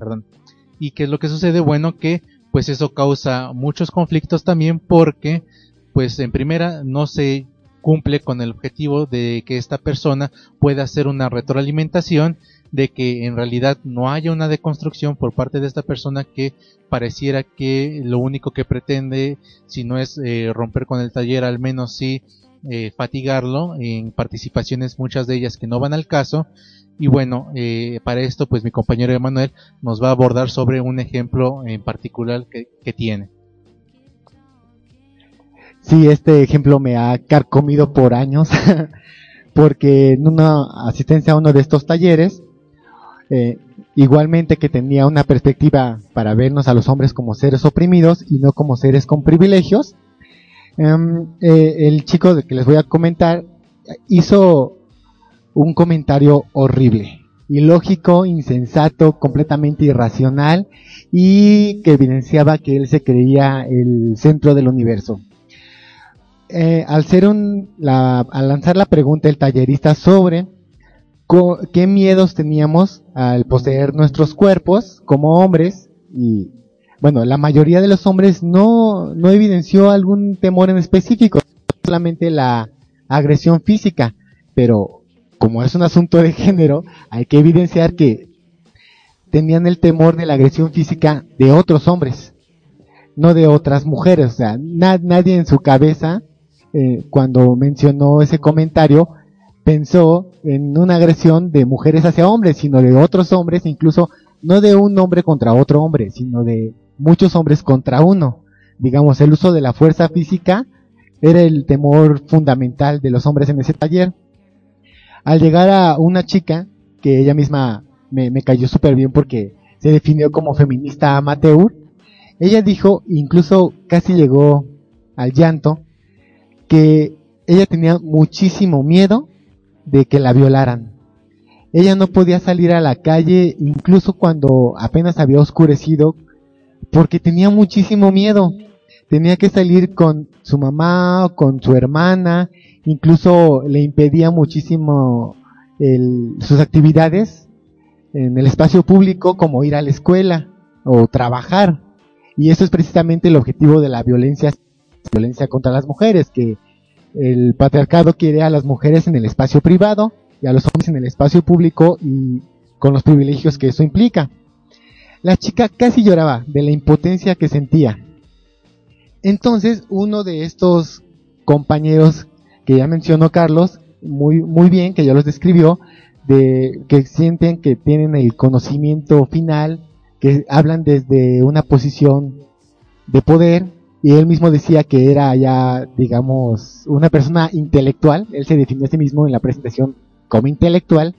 C: y que es lo que sucede, bueno, que pues eso causa muchos conflictos también, porque pues en primera no se cumple con el objetivo de que esta persona pueda hacer una retroalimentación, de que en realidad no haya una deconstrucción por parte de esta persona, que pareciera que lo único que pretende, si no es romper con el taller, al menos sí fatigarlo en participaciones, muchas de ellas que no van al caso. Y bueno, para esto pues mi compañero Emanuel nos va a abordar sobre un ejemplo en particular que tiene.
E: Sí, este ejemplo me ha carcomido por años, porque en una asistencia a uno de estos talleres, igualmente que tenía una perspectiva para vernos a los hombres como seres oprimidos y no como seres con privilegios, el chico que les voy a comentar hizo un comentario horrible, ilógico, insensato, completamente irracional, y que evidenciaba que él se creía el centro del universo. Al lanzar la pregunta el tallerista sobre qué miedos teníamos al poseer nuestros cuerpos como hombres, y bueno, la mayoría de los hombres no evidenció algún temor en específico, solamente la agresión física, pero como es un asunto de género, hay que evidenciar que tenían el temor de la agresión física de otros hombres, no de otras mujeres. O sea, nadie en su cabeza, cuando mencionó ese comentario, pensó en una agresión de mujeres hacia hombres, sino de otros hombres, incluso no de un hombre contra otro hombre, sino de muchos hombres contra uno. Digamos, el uso de la fuerza física era el temor fundamental de los hombres en ese taller. Al llegar a una chica, que ella misma me cayó súper bien porque se definió como feminista amateur, ella dijo, incluso casi llegó al llanto, que ella tenía muchísimo miedo de que la violaran. Ella no podía salir a la calle, incluso cuando apenas había oscurecido, porque tenía muchísimo miedo. Tenía que salir con su mamá, con su hermana, incluso le impedía muchísimo sus actividades en el espacio público, como ir a la escuela o trabajar. Y eso es precisamente el objetivo de la violencia contra las mujeres, que el patriarcado quiere a las mujeres en el espacio privado y a los hombres en el espacio público, y con los privilegios que eso implica. La chica casi lloraba de la impotencia que sentía. Entonces, uno de estos compañeros que ya mencionó Carlos, muy bien, que ya los describió, de que sienten que tienen el conocimiento final, que hablan desde una posición de poder, y él mismo decía que era ya, digamos, una persona intelectual. Él se definió a sí mismo en la presentación como intelectual.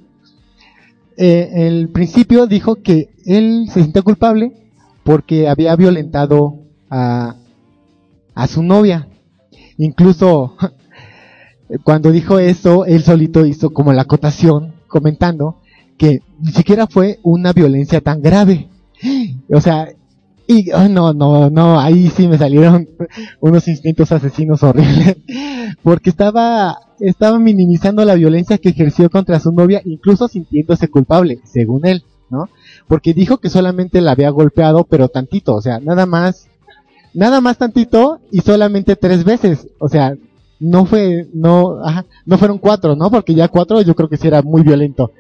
E: El principio dijo que él se siente culpable porque había violentado a su novia, Incluso cuando dijo eso, él solito hizo como la acotación, comentando que ni siquiera fue una violencia tan grave. O sea, y no, ahí sí me salieron unos instintos asesinos horribles, porque estaba minimizando la violencia que ejerció contra su novia, incluso sintiéndose culpable, según él, ¿no? Porque dijo que solamente la había golpeado, pero tantito, o sea, nada más tantito y solamente 3 veces, o sea, no fueron 4, ¿no? Porque ya 4 yo creo que sí era muy violento.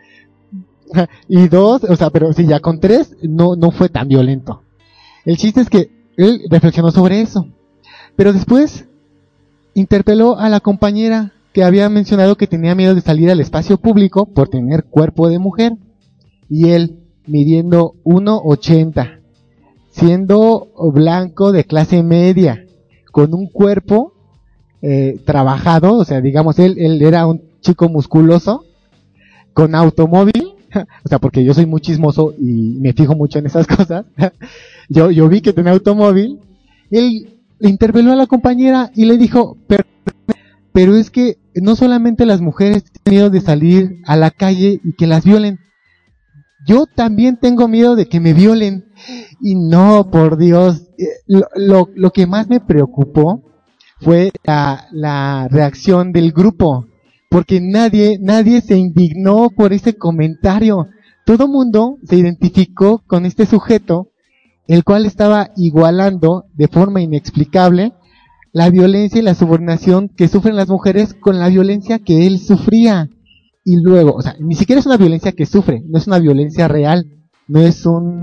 E: Y 2, o sea, pero sí, ya con 3 no fue tan violento. El chiste es que él reflexionó sobre eso, pero después interpeló a la compañera que había mencionado que tenía miedo de salir al espacio público por tener cuerpo de mujer, y él, midiendo 1.80, siendo blanco de clase media, con un cuerpo trabajado, o sea, digamos, él era un chico musculoso, con automóvil, o sea, porque yo soy muy chismoso y me fijo mucho en esas cosas. Yo vi que tenía automóvil. Él le interpeló a la compañera y le dijo, pero es que no solamente las mujeres tienen miedo de salir a la calle y que las violen, yo también tengo miedo de que me violen. Y no, por Dios, lo que más me preocupó fue la reacción del grupo, porque nadie se indignó por ese comentario. Todo mundo se identificó con este sujeto, el cual estaba igualando de forma inexplicable la violencia y la subordinación que sufren las mujeres con la violencia que él sufría. Y luego, o sea, ni siquiera es una violencia que sufre, no es una violencia real, no es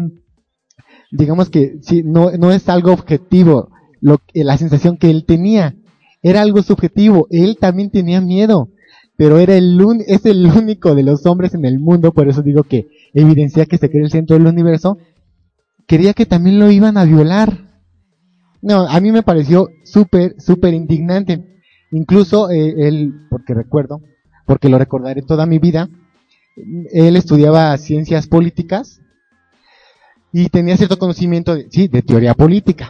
E: digamos que sí, no es algo objetivo, la sensación que él tenía, era algo subjetivo, él también tenía miedo, pero es el único de los hombres en el mundo, por eso digo que evidencia que se cree el centro del universo, quería que también lo iban a violar. No, a mí me pareció súper indignante. Incluso él, porque lo recordaré toda mi vida, él estudiaba ciencias políticas y tenía cierto conocimiento de teoría política.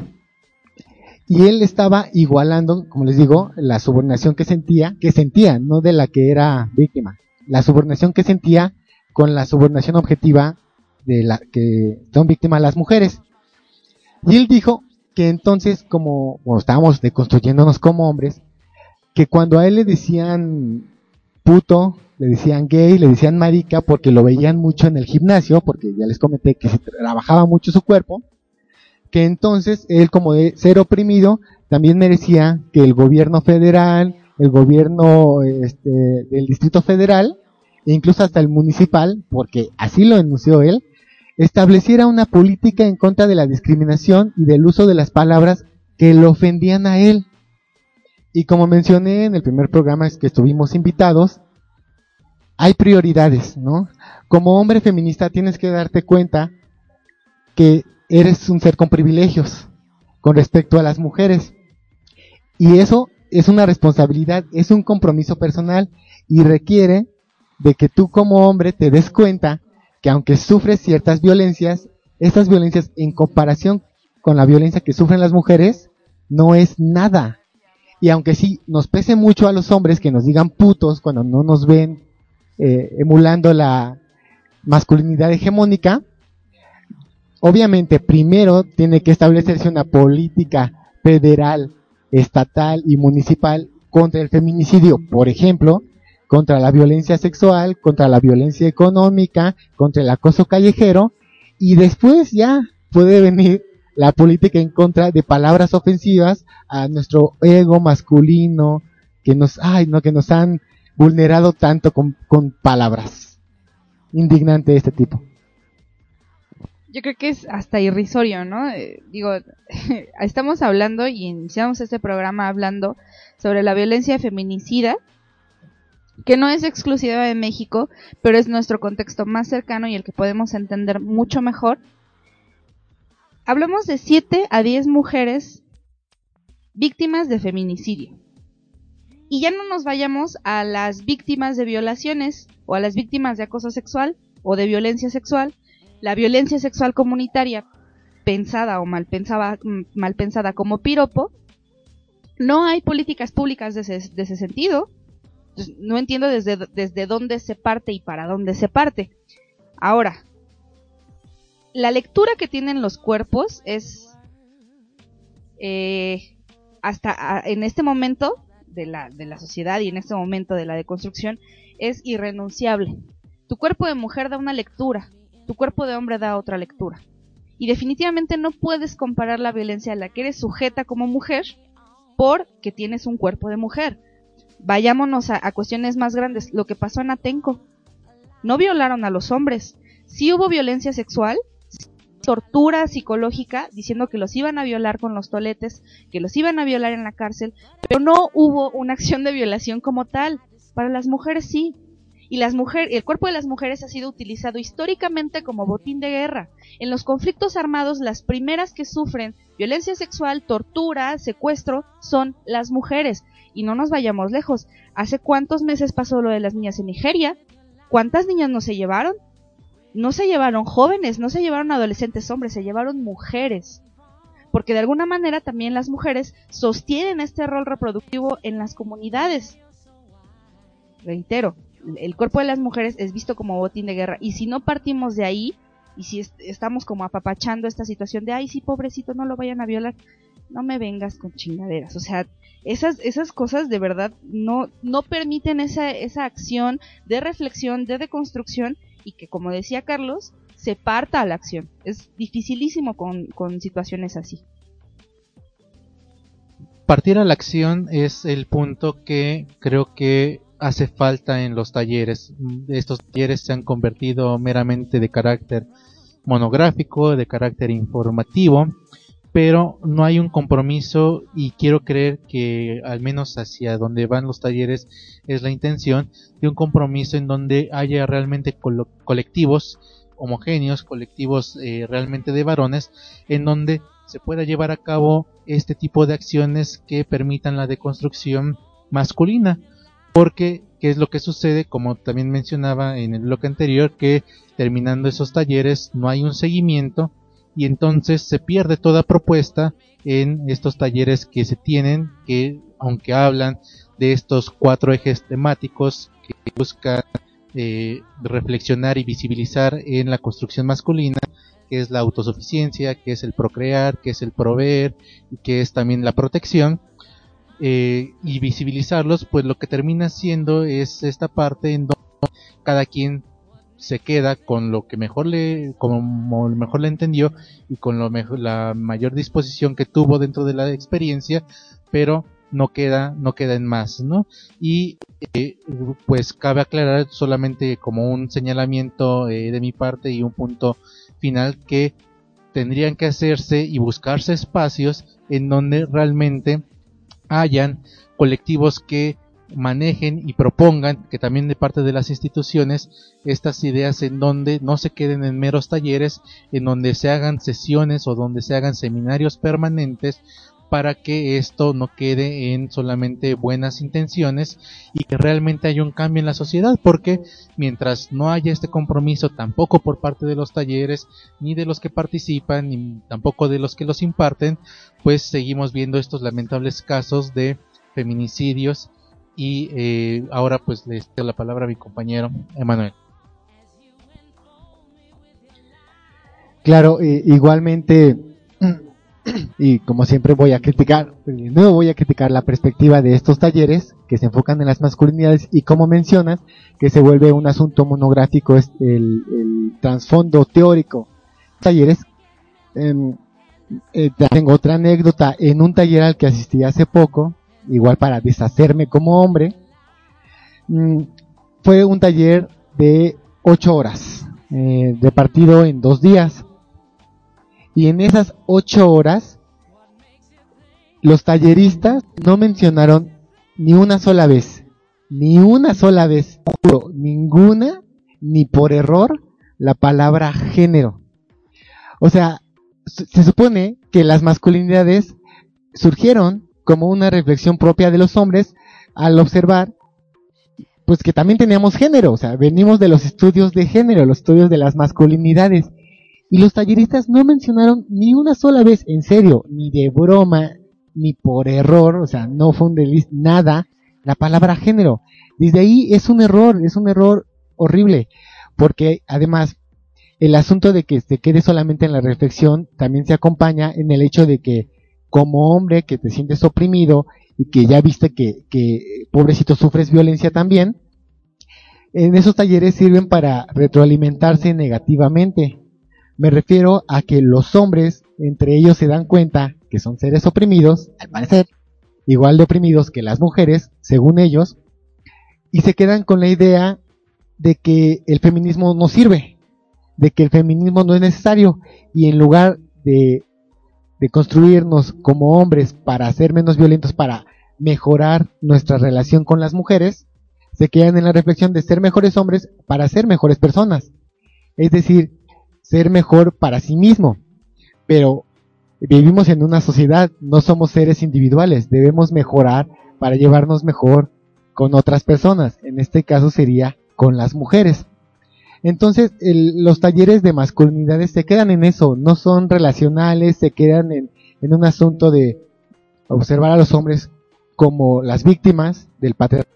E: Y él estaba igualando, como les digo, la subordinación que sentía, no de la que era víctima, la subordinación que sentía con la subordinación objetiva de la que son víctimas las mujeres. Y él dijo que entonces, como estábamos deconstruyéndonos como hombres, que cuando a él le decían puto, le decían gay, le decían marica, porque lo veían mucho en el gimnasio, porque ya les comenté que se trabajaba mucho su cuerpo, que entonces él, como de ser oprimido, también merecía que el gobierno federal, el gobierno del Distrito Federal, e incluso hasta el municipal, porque así lo enunció él, estableciera una política en contra de la discriminación y del uso de las palabras que lo ofendían a él. Y como mencioné en el primer programa que estuvimos invitados, hay prioridades, ¿no? Como hombre feminista tienes que darte cuenta que eres un ser con privilegios con respecto a las mujeres. Y eso es una responsabilidad, es un compromiso personal y requiere de que tú como hombre te des cuenta que aunque sufres ciertas violencias, estas violencias en comparación con la violencia que sufren las mujeres, no es nada. Y aunque sí nos pese mucho a los hombres que nos digan putos cuando no nos ven emulando la masculinidad hegemónica, obviamente primero tiene que establecerse una política federal, estatal y municipal contra el feminicidio, por ejemplo, contra la violencia sexual, contra la violencia económica, contra el acoso callejero, y después ya puede venir la política en contra de palabras ofensivas a nuestro ego masculino que nos han vulnerado tanto con palabras. Indignante de este tipo.
A: Yo creo que es hasta irrisorio, ¿no? Estamos hablando y iniciamos este programa hablando sobre la violencia feminicida, que no es exclusiva de México, pero es nuestro contexto más cercano y el que podemos entender mucho mejor. Hablamos de 7 a 10 mujeres víctimas de feminicidio. Y ya no nos vayamos a las víctimas de violaciones o a las víctimas de acoso sexual o de violencia sexual. La violencia sexual comunitaria, pensada o mal pensada como piropo, No hay políticas públicas de ese sentido. Entonces, no entiendo desde dónde se parte y para dónde se parte. Ahora, la lectura que tienen los cuerpos es hasta en este momento de la sociedad y en este momento de la deconstrucción es irrenunciable. Tu cuerpo de mujer da una lectura, tu cuerpo de hombre da otra lectura. Y definitivamente no puedes comparar la violencia a la que eres sujeta como mujer porque tienes un cuerpo de mujer. Vayámonos a cuestiones más grandes. Lo que pasó en Atenco. No violaron a los hombres. Sí hubo violencia sexual, tortura psicológica, diciendo que los iban a violar con los toletes, que los iban a violar en la cárcel, pero no hubo una acción de violación como tal. Para las mujeres sí. Y el cuerpo de las mujeres ha sido utilizado históricamente como botín de guerra. En los conflictos armados, las primeras que sufren violencia sexual, tortura, secuestro, son las mujeres. Y no nos vayamos lejos. ¿Hace cuántos meses pasó lo de las niñas en Nigeria? ¿Cuántas niñas no se llevaron? No se llevaron jóvenes, no se llevaron adolescentes hombres, se llevaron mujeres. Porque de alguna manera también las mujeres sostienen este rol reproductivo en las comunidades. Reitero, el cuerpo de las mujeres es visto como botín de guerra. Y si no partimos de ahí, y si estamos como apapachando esta situación de, ay, sí, pobrecito, no lo vayan a violar, no me vengas con chingaderas. O sea, esas cosas de verdad no permiten esa acción de reflexión, de deconstrucción, y que, como decía Carlos, se parta a la acción. Es dificilísimo con situaciones así.
C: Partir a la acción es el punto que creo que hace falta en los talleres. Estos talleres se han convertido meramente de carácter monográfico, de carácter informativo, pero no hay un compromiso, y quiero creer que al menos hacia donde van los talleres es la intención de un compromiso en donde haya realmente colectivos homogéneos, colectivos realmente de varones, en donde se pueda llevar a cabo este tipo de acciones que permitan la deconstrucción masculina. Porque, ¿qué es lo que sucede? Como también mencionaba en el bloque anterior, que terminando esos talleres no hay un seguimiento, y entonces se pierde toda propuesta en estos talleres que se tienen, que aunque hablan de estos 4 ejes temáticos que buscan reflexionar y visibilizar en la construcción masculina, que es la autosuficiencia, que es el procrear, que es el proveer, y que es también la protección, y visibilizarlos, pues lo que termina siendo es esta parte en donde cada quien se queda con lo que mejor le entendió y con la mayor disposición que tuvo dentro de la experiencia, pero no queda en más, ¿no? Y pues cabe aclarar solamente como un señalamiento de mi parte y un punto final, que tendrían que hacerse y buscarse espacios en donde realmente hayan colectivos que manejen y propongan, que también de parte de las instituciones, estas ideas en donde no se queden en meros talleres, en donde se hagan sesiones o donde se hagan seminarios permanentes, para que esto no quede en solamente buenas intenciones y que realmente haya un cambio en la sociedad, porque mientras no haya este compromiso tampoco por parte de los talleres, ni de los que participan, ni tampoco de los que los imparten, pues seguimos viendo estos lamentables casos de feminicidios. Y ahora pues le doy la palabra a mi compañero Emanuel.
E: Claro, igualmente, y como siempre voy a criticar la perspectiva de estos talleres que se enfocan en las masculinidades, y como mencionas, que se vuelve un asunto monográfico el trasfondo teórico. Talleres, tengo otra anécdota. En un taller al que asistí hace poco, igual para deshacerme como hombre, fue un taller de 8 horas, repartido en 2 días. Y en esas 8 horas, los talleristas no mencionaron ni una sola vez, juro, ninguna, ni por error, la palabra género. O sea, se supone que las masculinidades surgieron como una reflexión propia de los hombres al observar pues que también teníamos género. O sea, venimos de los estudios de género, los estudios de las masculinidades, y los talleristas no mencionaron ni una sola vez, en serio, ni de broma, ni por error, o sea, no fue un delito, nada, la palabra género. Desde ahí es un error horrible, porque además el asunto de que se quede solamente en la reflexión también se acompaña en el hecho de que como hombre que te sientes oprimido y que ya viste que pobrecito sufres violencia también, en esos talleres sirven para retroalimentarse negativamente. Me refiero a que los hombres entre ellos se dan cuenta que son seres oprimidos, al parecer, igual de oprimidos que las mujeres, según ellos, y se quedan con la idea de que el feminismo no sirve, de que el feminismo no es necesario, y en lugar de construirnos como hombres para ser menos violentos, para mejorar nuestra relación con las mujeres, se quedan en la reflexión de ser mejores hombres para ser mejores personas, es decir, ser mejor para sí mismo. Pero vivimos en una sociedad, no somos seres individuales, debemos mejorar para llevarnos mejor con otras personas, en este caso sería con las mujeres. Entonces los talleres de masculinidades se quedan en eso, no son relacionales, se quedan en un asunto de observar a los hombres como las víctimas del patriarcado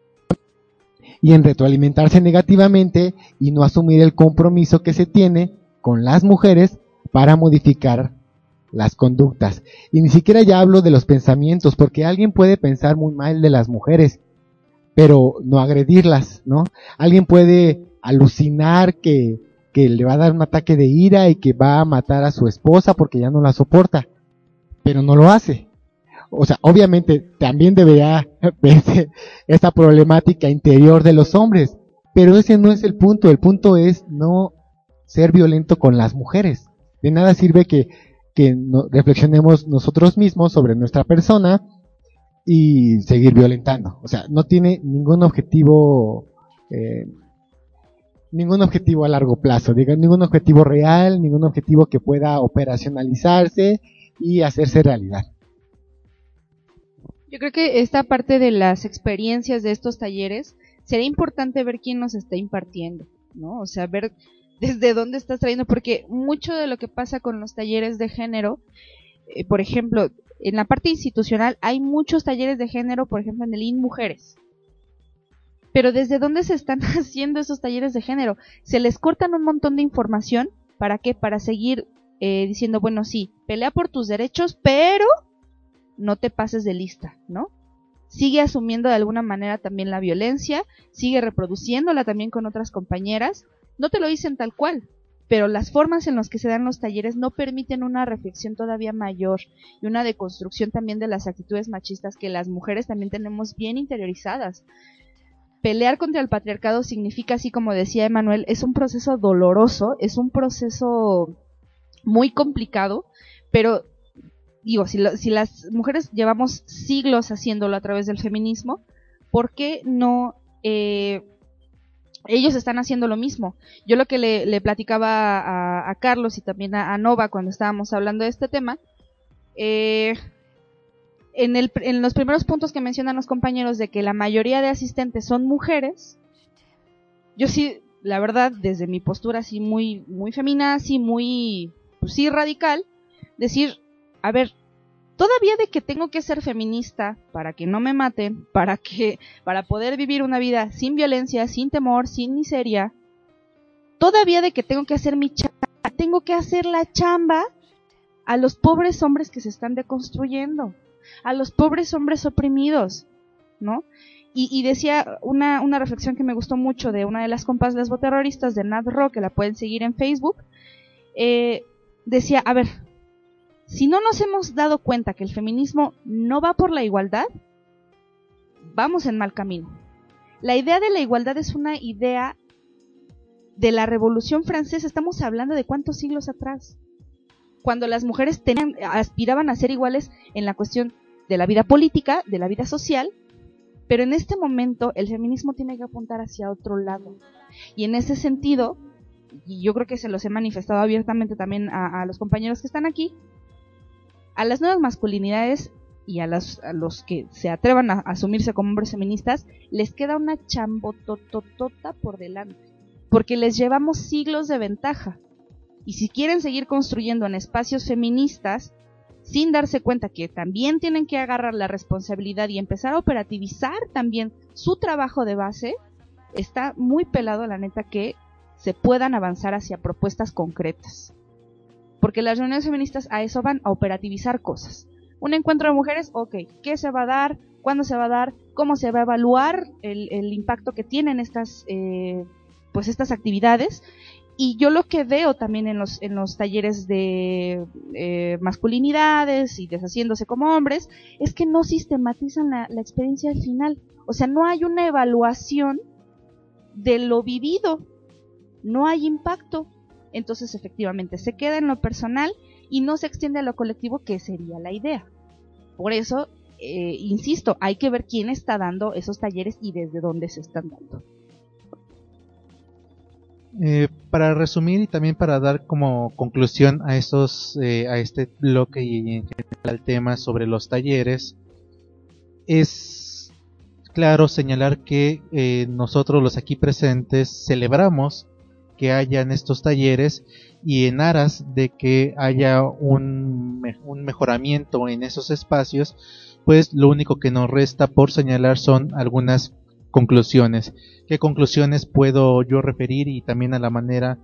E: y en retroalimentarse negativamente y no asumir el compromiso que se tiene con las mujeres para modificar las conductas. Y ni siquiera ya hablo de los pensamientos, porque alguien puede pensar muy mal de las mujeres, pero no agredirlas, ¿no? Alguien puede alucinar que le va a dar un ataque de ira y que va a matar a su esposa porque ya no la soporta, pero no lo hace. O sea, obviamente también debería verse esta problemática interior de los hombres, pero ese no es el punto es no ser violento con las mujeres. De nada sirve que reflexionemos nosotros mismos sobre nuestra persona y seguir violentando. O sea, no tiene ningún objetivo a largo plazo, ningún objetivo real, ningún objetivo que pueda operacionalizarse y hacerse realidad.
A: Yo creo que esta parte de las experiencias de estos talleres sería importante ver quién nos está impartiendo, ¿no? O sea, ver desde dónde estás trayendo, porque mucho de lo que pasa con los talleres de género, por ejemplo, en la parte institucional hay muchos talleres de género, por ejemplo en el IN Mujeres, pero ¿desde dónde se están haciendo esos talleres de género? Se les cortan un montón de información, ¿para qué? Para seguir diciendo, bueno, sí, pelea por tus derechos, pero no te pases de lista, ¿no? Sigue asumiendo de alguna manera también la violencia, sigue reproduciéndola también con otras compañeras. No te lo dicen tal cual, pero las formas en las que se dan los talleres no permiten una reflexión todavía mayor y una deconstrucción también de las actitudes machistas que las mujeres también tenemos bien interiorizadas. Pelear contra el patriarcado significa, así como decía Emanuel, es un proceso doloroso, es un proceso muy complicado, pero digo, si las mujeres llevamos siglos haciéndolo a través del feminismo, ¿por qué no ellos están haciendo lo mismo? Yo lo que le platicaba a Carlos y también a Nova cuando estábamos hablando de este tema, en los primeros puntos que mencionan los compañeros de que la mayoría de asistentes son mujeres, yo sí, la verdad, desde mi postura así muy, muy femenina, así muy, pues sí, radical, decir, a ver, todavía de que tengo que ser feminista para que no me maten, para poder vivir una vida sin violencia, sin temor, sin miseria, todavía de que tengo que hacer mi chamba, tengo que hacer la chamba a los pobres hombres que se están deconstruyendo, a los pobres hombres oprimidos, ¿no? Y decía una reflexión que me gustó mucho de una de las compas lesboterroristas de Nat Rock, que la pueden seguir en Facebook, decía, a ver, si no nos hemos dado cuenta que el feminismo no va por la igualdad, vamos en mal camino. La idea de la igualdad es una idea de la Revolución Francesa, estamos hablando de cuántos siglos atrás, cuando las mujeres aspiraban a ser iguales en la cuestión de la vida política, de la vida social, pero en este momento el feminismo tiene que apuntar hacia otro lado. Y en ese sentido, y yo creo que se los he manifestado abiertamente también a los compañeros que están aquí, a las nuevas masculinidades y a los que se atrevan a asumirse como hombres feministas, les queda una chambotototota por delante, porque les llevamos siglos de ventaja. Y si quieren seguir construyendo en espacios feministas, sin darse cuenta que también tienen que agarrar la responsabilidad y empezar a operativizar también su trabajo de base, está muy pelado, la neta, que se puedan avanzar hacia propuestas concretas. Porque las reuniones feministas a eso van, a operativizar cosas. Un encuentro de mujeres, ok, ¿qué se va a dar? ¿Cuándo se va a dar? ¿Cómo se va a evaluar el impacto que tienen estas actividades? Y yo lo que veo también en los talleres de masculinidades y deshaciéndose como hombres, es que no sistematizan la experiencia al final. O sea, no hay una evaluación de lo vivido, no hay impacto. Entonces, efectivamente, se queda en lo personal y no se extiende a lo colectivo, que sería la idea. Por eso, insisto, hay que ver quién está dando esos talleres y desde dónde se están dando.
C: Para resumir y también para dar como conclusión a este bloque y en general al tema sobre los talleres, es claro señalar que nosotros los aquí presentes celebramos que hayan estos talleres, y en aras de que haya un mejoramiento en esos espacios, pues lo único que nos resta por señalar son algunas conclusiones. ¿Qué conclusiones puedo yo referir? Y también a la manera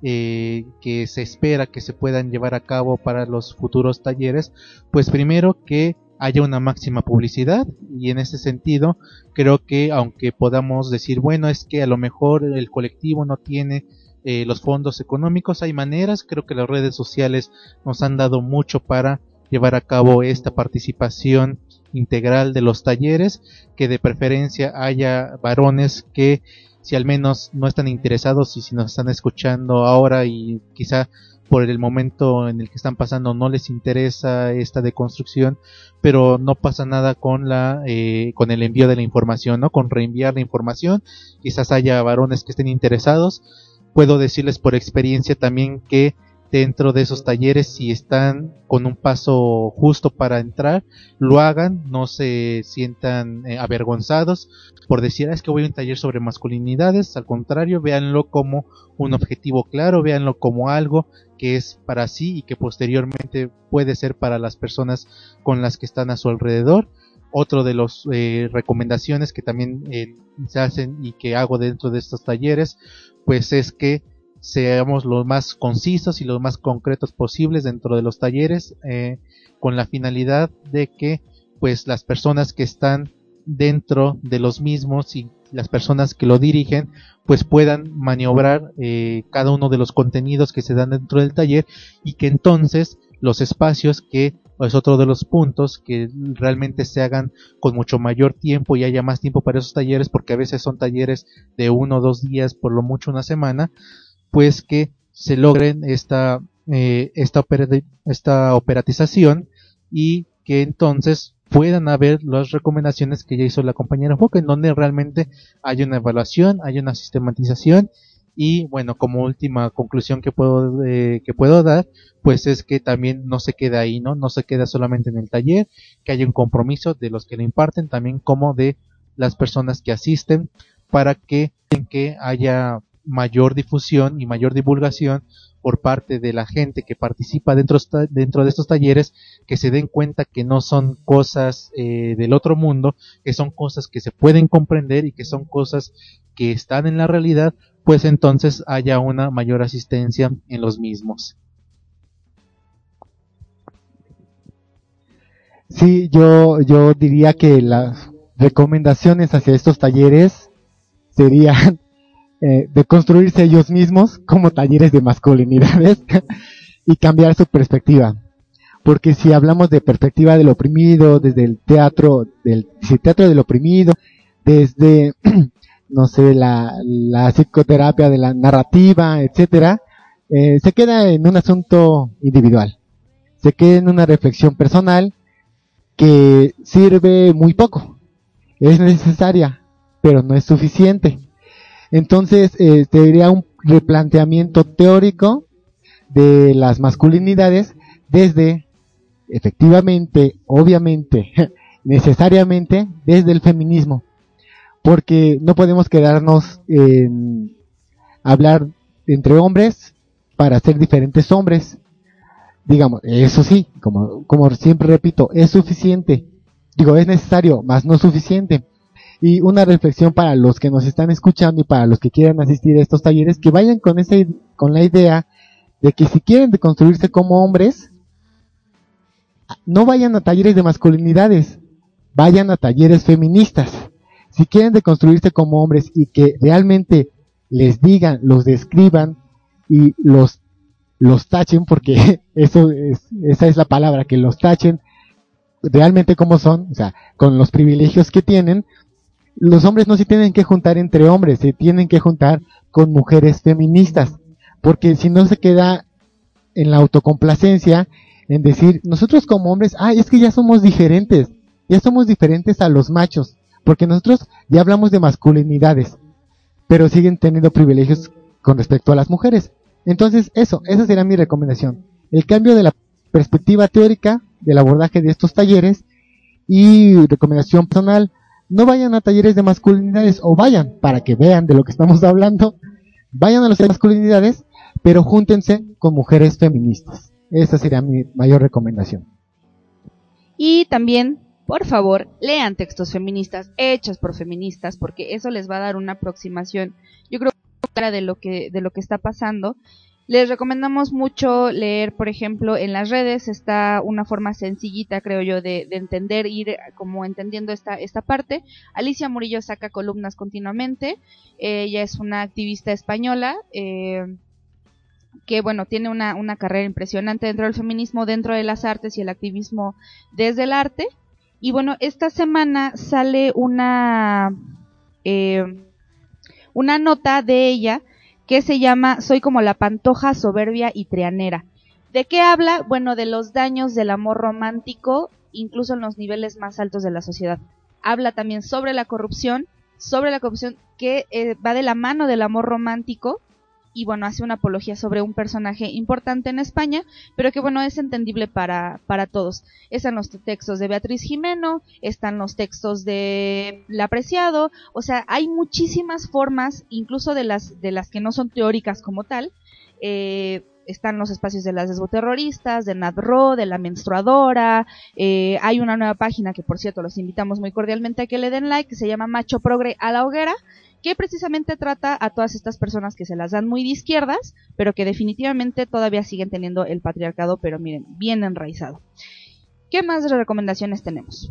C: que se espera que se puedan llevar a cabo para los futuros talleres. Pues primero, que haya una máxima publicidad, y en ese sentido creo que, aunque podamos decir, bueno, es que a lo mejor el colectivo no tiene los fondos económicos, hay maneras. Creo que las redes sociales nos han dado mucho para llevar a cabo esta participación integral de los talleres, que de preferencia haya varones que, si al menos no están interesados y si nos están escuchando ahora y quizá por el momento en el que están pasando no les interesa esta deconstrucción, pero no pasa nada con con el envío de la información, ¿no? Con reenviar la información, quizás haya varones que estén interesados. Puedo decirles por experiencia también que dentro de esos talleres, si están con un paso justo para entrar, lo hagan, no se sientan avergonzados por decir, es que voy a un taller sobre masculinidades. Al contrario, véanlo como un objetivo claro, véanlo como algo que es para sí y que posteriormente puede ser para las personas con las que están a su alrededor. Otro de las recomendaciones que también se hacen y que hago dentro de estos talleres, pues es que seamos los más concisos y los más concretos posibles dentro de los talleres, con la finalidad de que pues las personas que están dentro de los mismos y las personas que lo dirigen pues puedan maniobrar cada uno de los contenidos que se dan dentro del taller, y que entonces los espacios, que es otro de los puntos, que realmente se hagan con mucho mayor tiempo y haya más tiempo para esos talleres, porque a veces son talleres de 1 o 2 días, por lo mucho una semana, pues que se logren esta operatización, y que entonces puedan haber las recomendaciones que ya hizo la compañera Foca, en donde realmente hay una evaluación, hay una sistematización. Y bueno, como última conclusión que puedo dar, pues es que también no se queda ahí, no se queda solamente en el taller, que haya un compromiso de los que lo imparten, también como de las personas que asisten, para que haya mayor difusión y mayor divulgación por parte de la gente que participa dentro de estos talleres, que se den cuenta que no son cosas del otro mundo, que son cosas que se pueden comprender y que son cosas que están en la realidad, pues entonces haya una mayor asistencia en los mismos.
E: Sí, yo diría que las recomendaciones hacia estos talleres serían de construirse ellos mismos como talleres de masculinidades y cambiar su perspectiva. Porque si hablamos de perspectiva del oprimido, desde el teatro del oprimido, desde no sé, la psicoterapia de la narrativa, etcétera, se queda en un asunto individual, se queda en una reflexión personal que sirve muy poco, es necesaria, pero no es suficiente. Entonces, sería un replanteamiento teórico de las masculinidades desde, efectivamente, obviamente, necesariamente, desde el feminismo. Porque no podemos quedarnos en hablar entre hombres para ser diferentes hombres. digamos, eso sí, como siempre repito, es suficiente, es necesario, más no suficiente. Y una reflexión para los que nos están escuchando y para los que quieran asistir a estos talleres, que vayan con la idea de que si quieren deconstruirse como hombres, no vayan a talleres de masculinidades, vayan a talleres feministas. Si quieren deconstruirse como hombres y que realmente les digan, los describan y los tachen, porque esa es la palabra, que los tachen realmente como son, o sea, con los privilegios que tienen. Los hombres no se tienen que juntar entre hombres, se tienen que juntar con mujeres feministas, porque si no se queda en la autocomplacencia, en decir, nosotros como hombres, es que ya somos diferentes a los machos, porque nosotros ya hablamos de masculinidades, pero siguen teniendo privilegios con respecto a las mujeres. Entonces esa sería mi recomendación, el cambio de la perspectiva teórica del abordaje de estos talleres. Y recomendación personal, no vayan a talleres de masculinidades, o vayan para que vean de lo que estamos hablando, vayan a los de masculinidades, pero júntense con mujeres feministas. Esa sería mi mayor recomendación.
A: Y también, por favor, lean textos feministas hechos por feministas, porque eso les va a dar una aproximación, yo creo, clara de lo que está pasando. Les recomendamos mucho leer, por ejemplo, en las redes está una forma sencillita, creo yo, de entender, ir como entendiendo esta parte. Alicia Murillo saca columnas continuamente, ella es una activista española, que bueno, tiene una carrera impresionante dentro del feminismo, dentro de las artes y el activismo desde el arte. Y bueno, esta semana sale una nota de ella que se llama Soy como la pantoja soberbia y trianera. ¿De qué habla? Bueno, de los daños del amor romántico, incluso en los niveles más altos de la sociedad. Habla también sobre la corrupción que va de la mano del amor romántico, y bueno, hace una apología sobre un personaje importante en España, pero que bueno, es entendible para todos. Están los textos de Beatriz Gimeno, están los textos de La Preciado, o sea, hay muchísimas formas, incluso de las que no son teóricas como tal. Están los espacios de las desboterroristas, de NADRO, de La Menstruadora. Hay una nueva página que, por cierto, los invitamos muy cordialmente a que le den like, que se llama Macho Progre a la Hoguera, que precisamente trata a todas estas personas que se las dan muy de izquierdas, pero que definitivamente todavía siguen teniendo el patriarcado, pero miren, bien enraizado. ¿Qué más recomendaciones tenemos?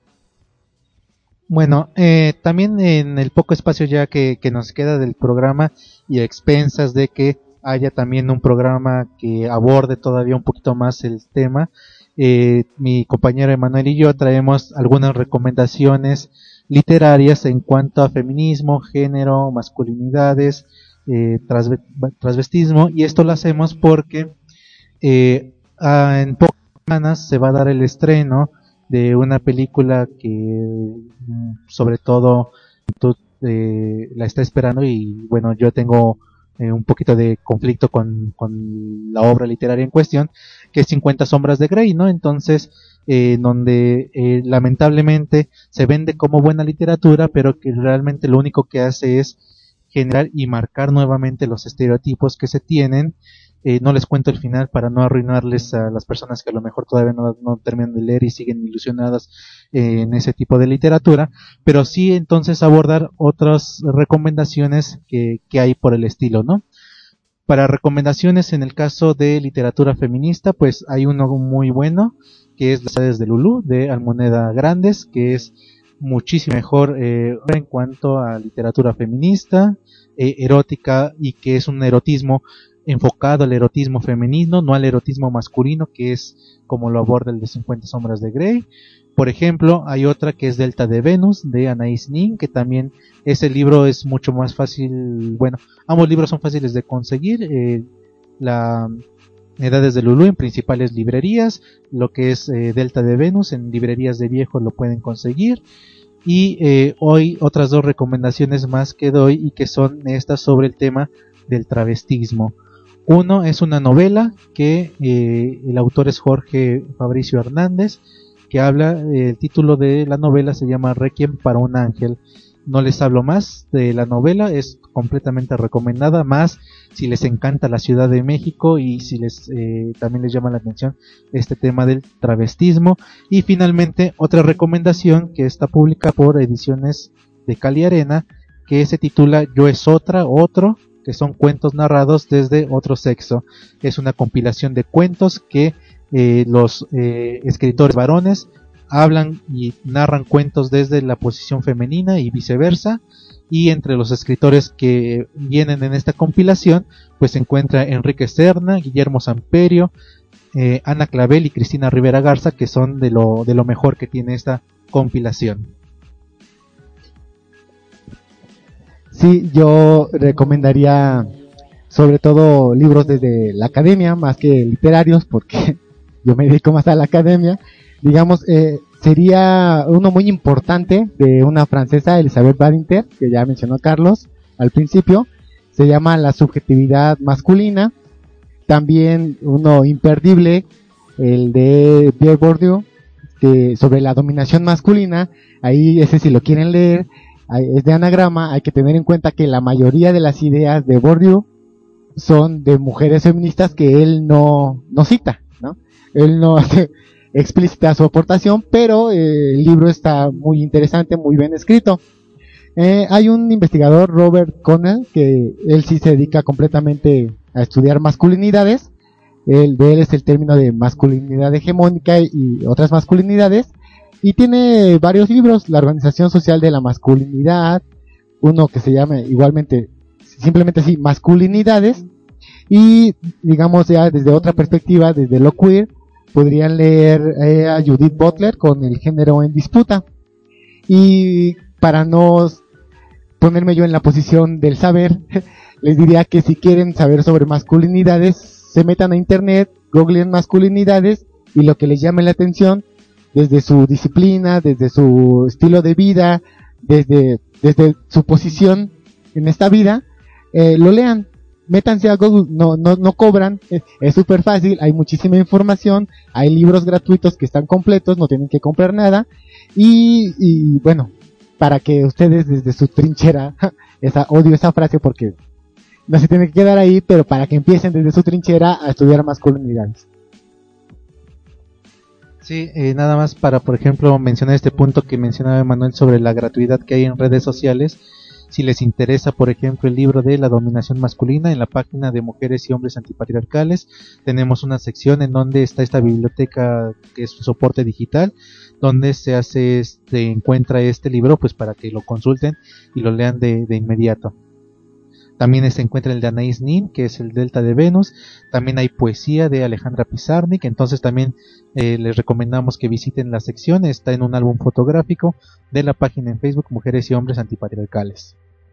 C: Bueno, también en el poco espacio ya que nos queda del programa, y a expensas de que haya también un programa que aborde todavía un poquito más el tema, mi compañero Emanuel y yo traemos algunas recomendaciones literarias en cuanto a feminismo, género, masculinidades, transvestismo, y esto lo hacemos porque en pocas semanas se va a dar el estreno de una película que sobre todo tú la está esperando, y bueno, yo tengo un poquito de conflicto con la obra literaria en cuestión, que es 50 sombras de Grey, ¿no? Entonces, donde lamentablemente se vende como buena literatura, pero que realmente lo único que hace es generar y marcar nuevamente los estereotipos que se tienen. No les cuento el final para no arruinarles a las personas que a lo mejor todavía no terminan de leer y siguen ilusionadas en ese tipo de literatura, pero sí entonces abordar otras recomendaciones que hay por el estilo, ¿no? Para recomendaciones en el caso de literatura feminista, pues hay uno muy bueno, que es Las edades de Lulú, de Almoneda Grandes, que es muchísimo mejor en cuanto a literatura feminista, erótica, y que es un erotismo enfocado al erotismo femenino, no al erotismo masculino, que es como lo aborda el de 50 sombras de Grey. Por ejemplo, hay otra que es Delta de Venus, de Anaïs Nin, que también ese libro es mucho más fácil, bueno, ambos libros son fáciles de conseguir, la Edades de Lulú en principales librerías, lo que es Delta de Venus en librerías de viejo lo pueden conseguir. Y hoy otras dos recomendaciones más que doy, y que son estas sobre el tema del travestismo. Uno es una novela que el autor es Jorge Fabricio Hernández, que habla, el título de la novela se llama Requiem para un ángel, no les hablo más de la novela, es completamente recomendada, más si les encanta la Ciudad de México y si les también les llama la atención este tema del travestismo. Y finalmente otra recomendación que está publicada por Ediciones de Cali Arena, que se titula Yo es otro, que son cuentos narrados desde otro sexo. Es una compilación de cuentos que los escritores varones hablan y narran cuentos desde la posición femenina y viceversa. Y entre los escritores que vienen en esta compilación pues se encuentra Enrique Serna, Guillermo Samperio, Ana Clavel y Cristina Rivera Garza, que son de lo mejor que tiene esta compilación.
E: Sí, yo recomendaría sobre todo libros desde la academia más que literarios, porque yo me dedico más a la academia. Digamos, sería uno muy importante de una francesa, Elizabeth Badinter, que ya mencionó Carlos al principio. Se llama La subjetividad masculina. También uno imperdible, el de Pierre Bourdieu, sobre la dominación masculina. Ahí, ese si lo quieren leer, es de anagrama. Hay que tener en cuenta que la mayoría de las ideas de Bourdieu son de mujeres feministas que él no cita, ¿no? Él no hace explícita su aportación, pero el libro está muy interesante, muy bien escrito. Hay un investigador, Robert Connell, que él sí se dedica completamente a estudiar masculinidades. De él es el término de masculinidad hegemónica y otras masculinidades. Y tiene varios libros, La organización social de la masculinidad, uno que se llama igualmente, simplemente así, Masculinidades. Y digamos ya desde otra perspectiva, desde lo queer, podrían leer a Judith Butler con El género en disputa. Y para no ponerme yo en la posición del saber, les diría que si quieren saber sobre masculinidades, se metan a internet, googleen masculinidades y lo que les llame la atención, desde su disciplina, desde su estilo de vida, desde su posición en esta vida, lo lean. Métanse a Google, no cobran, es súper fácil, hay muchísima información, hay libros gratuitos que están completos, no tienen que comprar nada, y bueno, para que ustedes desde su trinchera, odio esa frase porque no se tiene que quedar ahí, pero para que empiecen desde su trinchera a estudiar masculinidades.
C: Sí, nada más para, por ejemplo, mencionar este punto que mencionaba Manuel sobre la gratuidad que hay en redes sociales. Si les interesa, por ejemplo, el libro de la dominación masculina, en la página de Mujeres y Hombres Antipatriarcales tenemos una sección en donde está esta biblioteca que es un soporte digital, donde se encuentra este libro pues para que lo consulten y lo lean de inmediato. También se encuentra el de Anaïs Nin, que es el Delta de Venus. También hay poesía de Alejandra Pizarnik, entonces también les recomendamos que visiten la sección, está en un álbum fotográfico de la página en Facebook Mujeres y Hombres Antipatriarcales.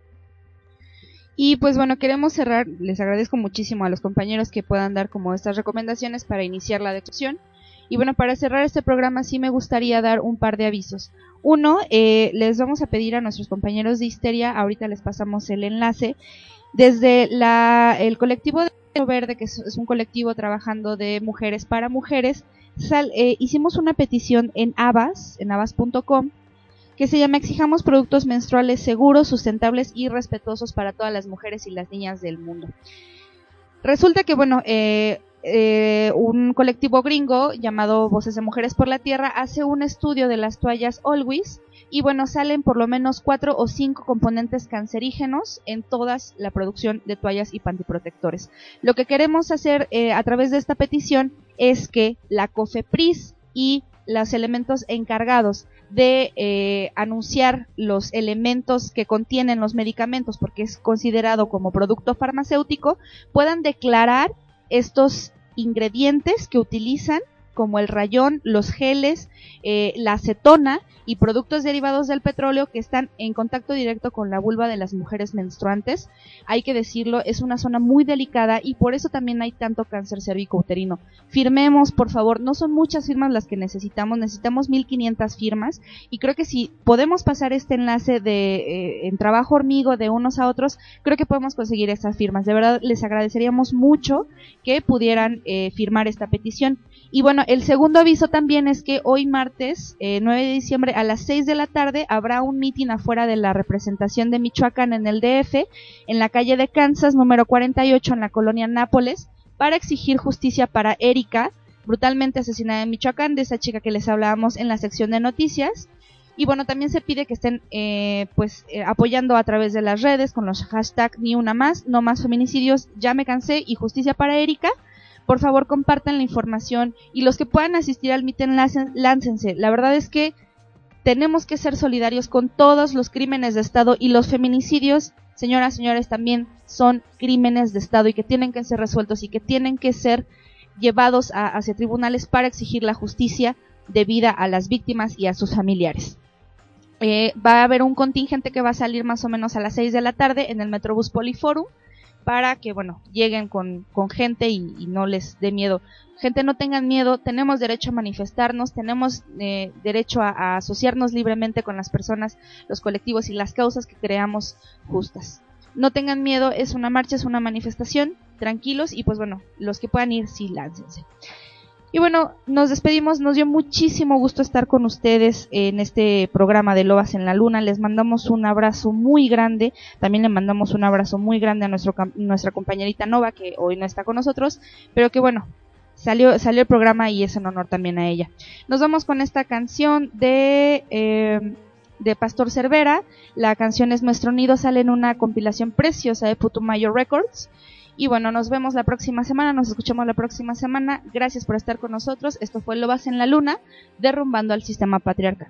A: Y pues bueno, queremos cerrar, les agradezco muchísimo a los compañeros que puedan dar como estas recomendaciones para iniciar la discusión. Y bueno, para cerrar este programa sí me gustaría dar un par de avisos. Uno, les vamos a pedir a nuestros compañeros de Histeria, ahorita les pasamos el enlace, desde el colectivo de Verde, que es un colectivo trabajando de mujeres para mujeres, hicimos una petición en abas.com, que se llama Exijamos productos menstruales seguros, sustentables y respetuosos para todas las mujeres y las niñas del mundo. Resulta que, bueno, un colectivo gringo llamado Voces de Mujeres por la Tierra hace un estudio de las toallas Always y, bueno, salen por lo menos 4 o 5 componentes cancerígenos en toda la producción de toallas y pantiprotectores. Lo que queremos hacer a través de esta petición es que la COFEPRIS y los elementos encargados de anunciar los elementos que contienen los medicamentos, porque es considerado como producto farmacéutico, puedan declarar estos ingredientes que utilizan, como el rayón, los geles, la acetona y productos derivados del petróleo que están en contacto directo con la vulva de las mujeres menstruantes. Hay que decirlo, es una zona muy delicada y por eso también hay tanto cáncer cervicouterino. Firmemos, por favor, no son muchas firmas las que necesitamos 1500 firmas, y creo que si podemos pasar este enlace en trabajo hormigo de unos a otros, creo que podemos conseguir esas firmas. De verdad, les agradeceríamos mucho que pudieran firmar esta petición. Y bueno, el segundo aviso también es que hoy martes 9 de diciembre a las 6 de la tarde habrá un mitin afuera de la representación de Michoacán en el DF, en la calle de Kansas número 48 en la colonia Nápoles, para exigir justicia para Erika, brutalmente asesinada en Michoacán, de esa chica que les hablábamos en la sección de noticias. Y bueno, también se pide que estén apoyando a través de las redes con los hashtags ni una más, no más feminicidios, ya me cansé y justicia para Erika. Por favor, compartan la información y los que puedan asistir al mitin, láncense. La verdad es que tenemos que ser solidarios con todos los crímenes de Estado, y los feminicidios, señoras, señores, también son crímenes de Estado y que tienen que ser resueltos y que tienen que ser llevados hacia tribunales para exigir la justicia debida a las víctimas y a sus familiares. Va a haber un contingente que va a salir más o menos a las 6 de la tarde en el Metrobús Poliforum, para que, bueno, lleguen con gente y no les dé miedo. Gente, no tengan miedo, tenemos derecho a manifestarnos, tenemos derecho a asociarnos libremente con las personas, los colectivos y las causas que creamos justas. No tengan miedo, es una marcha, es una manifestación, tranquilos, y pues bueno, los que puedan ir, sí, láncense. Y bueno, nos despedimos, nos dio muchísimo gusto estar con ustedes en este programa de Lobas en la Luna. Les mandamos un abrazo muy grande, también le mandamos un abrazo muy grande a nuestra compañerita Nova, que hoy no está con nosotros, pero que bueno, salió el programa y es un honor también a ella. Nos vamos con esta canción de Pastor Cervera. La canción es Nuestro Nido, sale en una compilación preciosa de Putumayo Records. Y bueno, nos vemos la próxima semana, nos escuchamos la próxima semana. Gracias por estar con nosotros. Esto fue Lobas en la Luna, derrumbando al sistema patriarcal.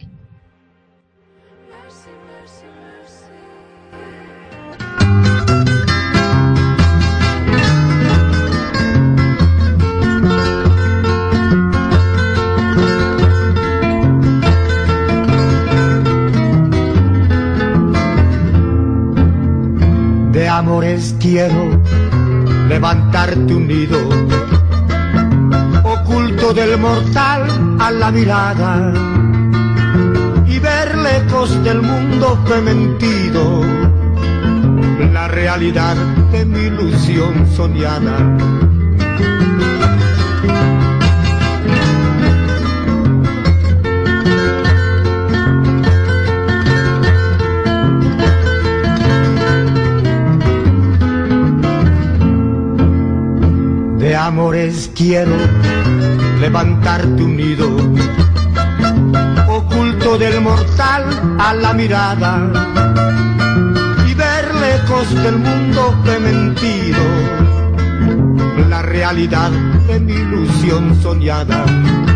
F: De amores quiero levantarte un nido, oculto del mortal a la mirada, y ver lejos del mundo que he mentido, la realidad de mi ilusión soñada. De amores quiero levantarte un nido, oculto del mortal a la mirada, y ver lejos del mundo que he mentido, la realidad de mi ilusión soñada.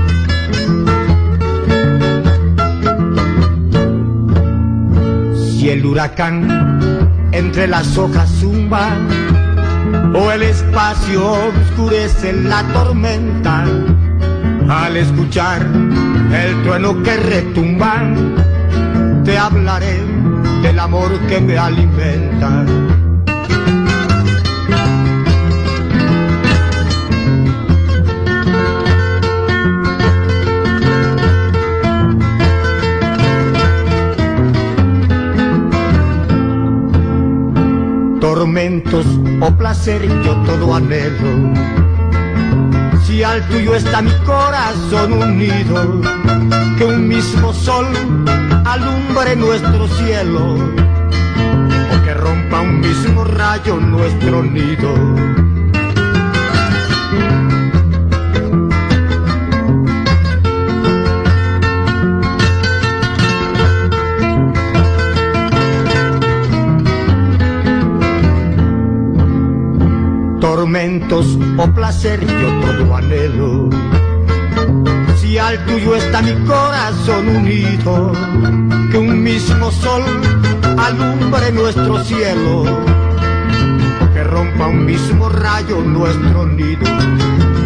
F: Si el huracán entre las hojas zumba, o el espacio oscurece la tormenta, al escuchar el trueno que retumba, te hablaré del amor que me alimenta. Tormentos o placer yo todo anhelo, si al tuyo está mi corazón unido, que un mismo sol alumbre nuestro cielo, o que rompa un mismo rayo nuestro nido. Tormentos o placer yo todo anhelo, si al tuyo está mi corazón unido, que un mismo sol alumbre nuestro cielo, que rompa un mismo rayo nuestro nido.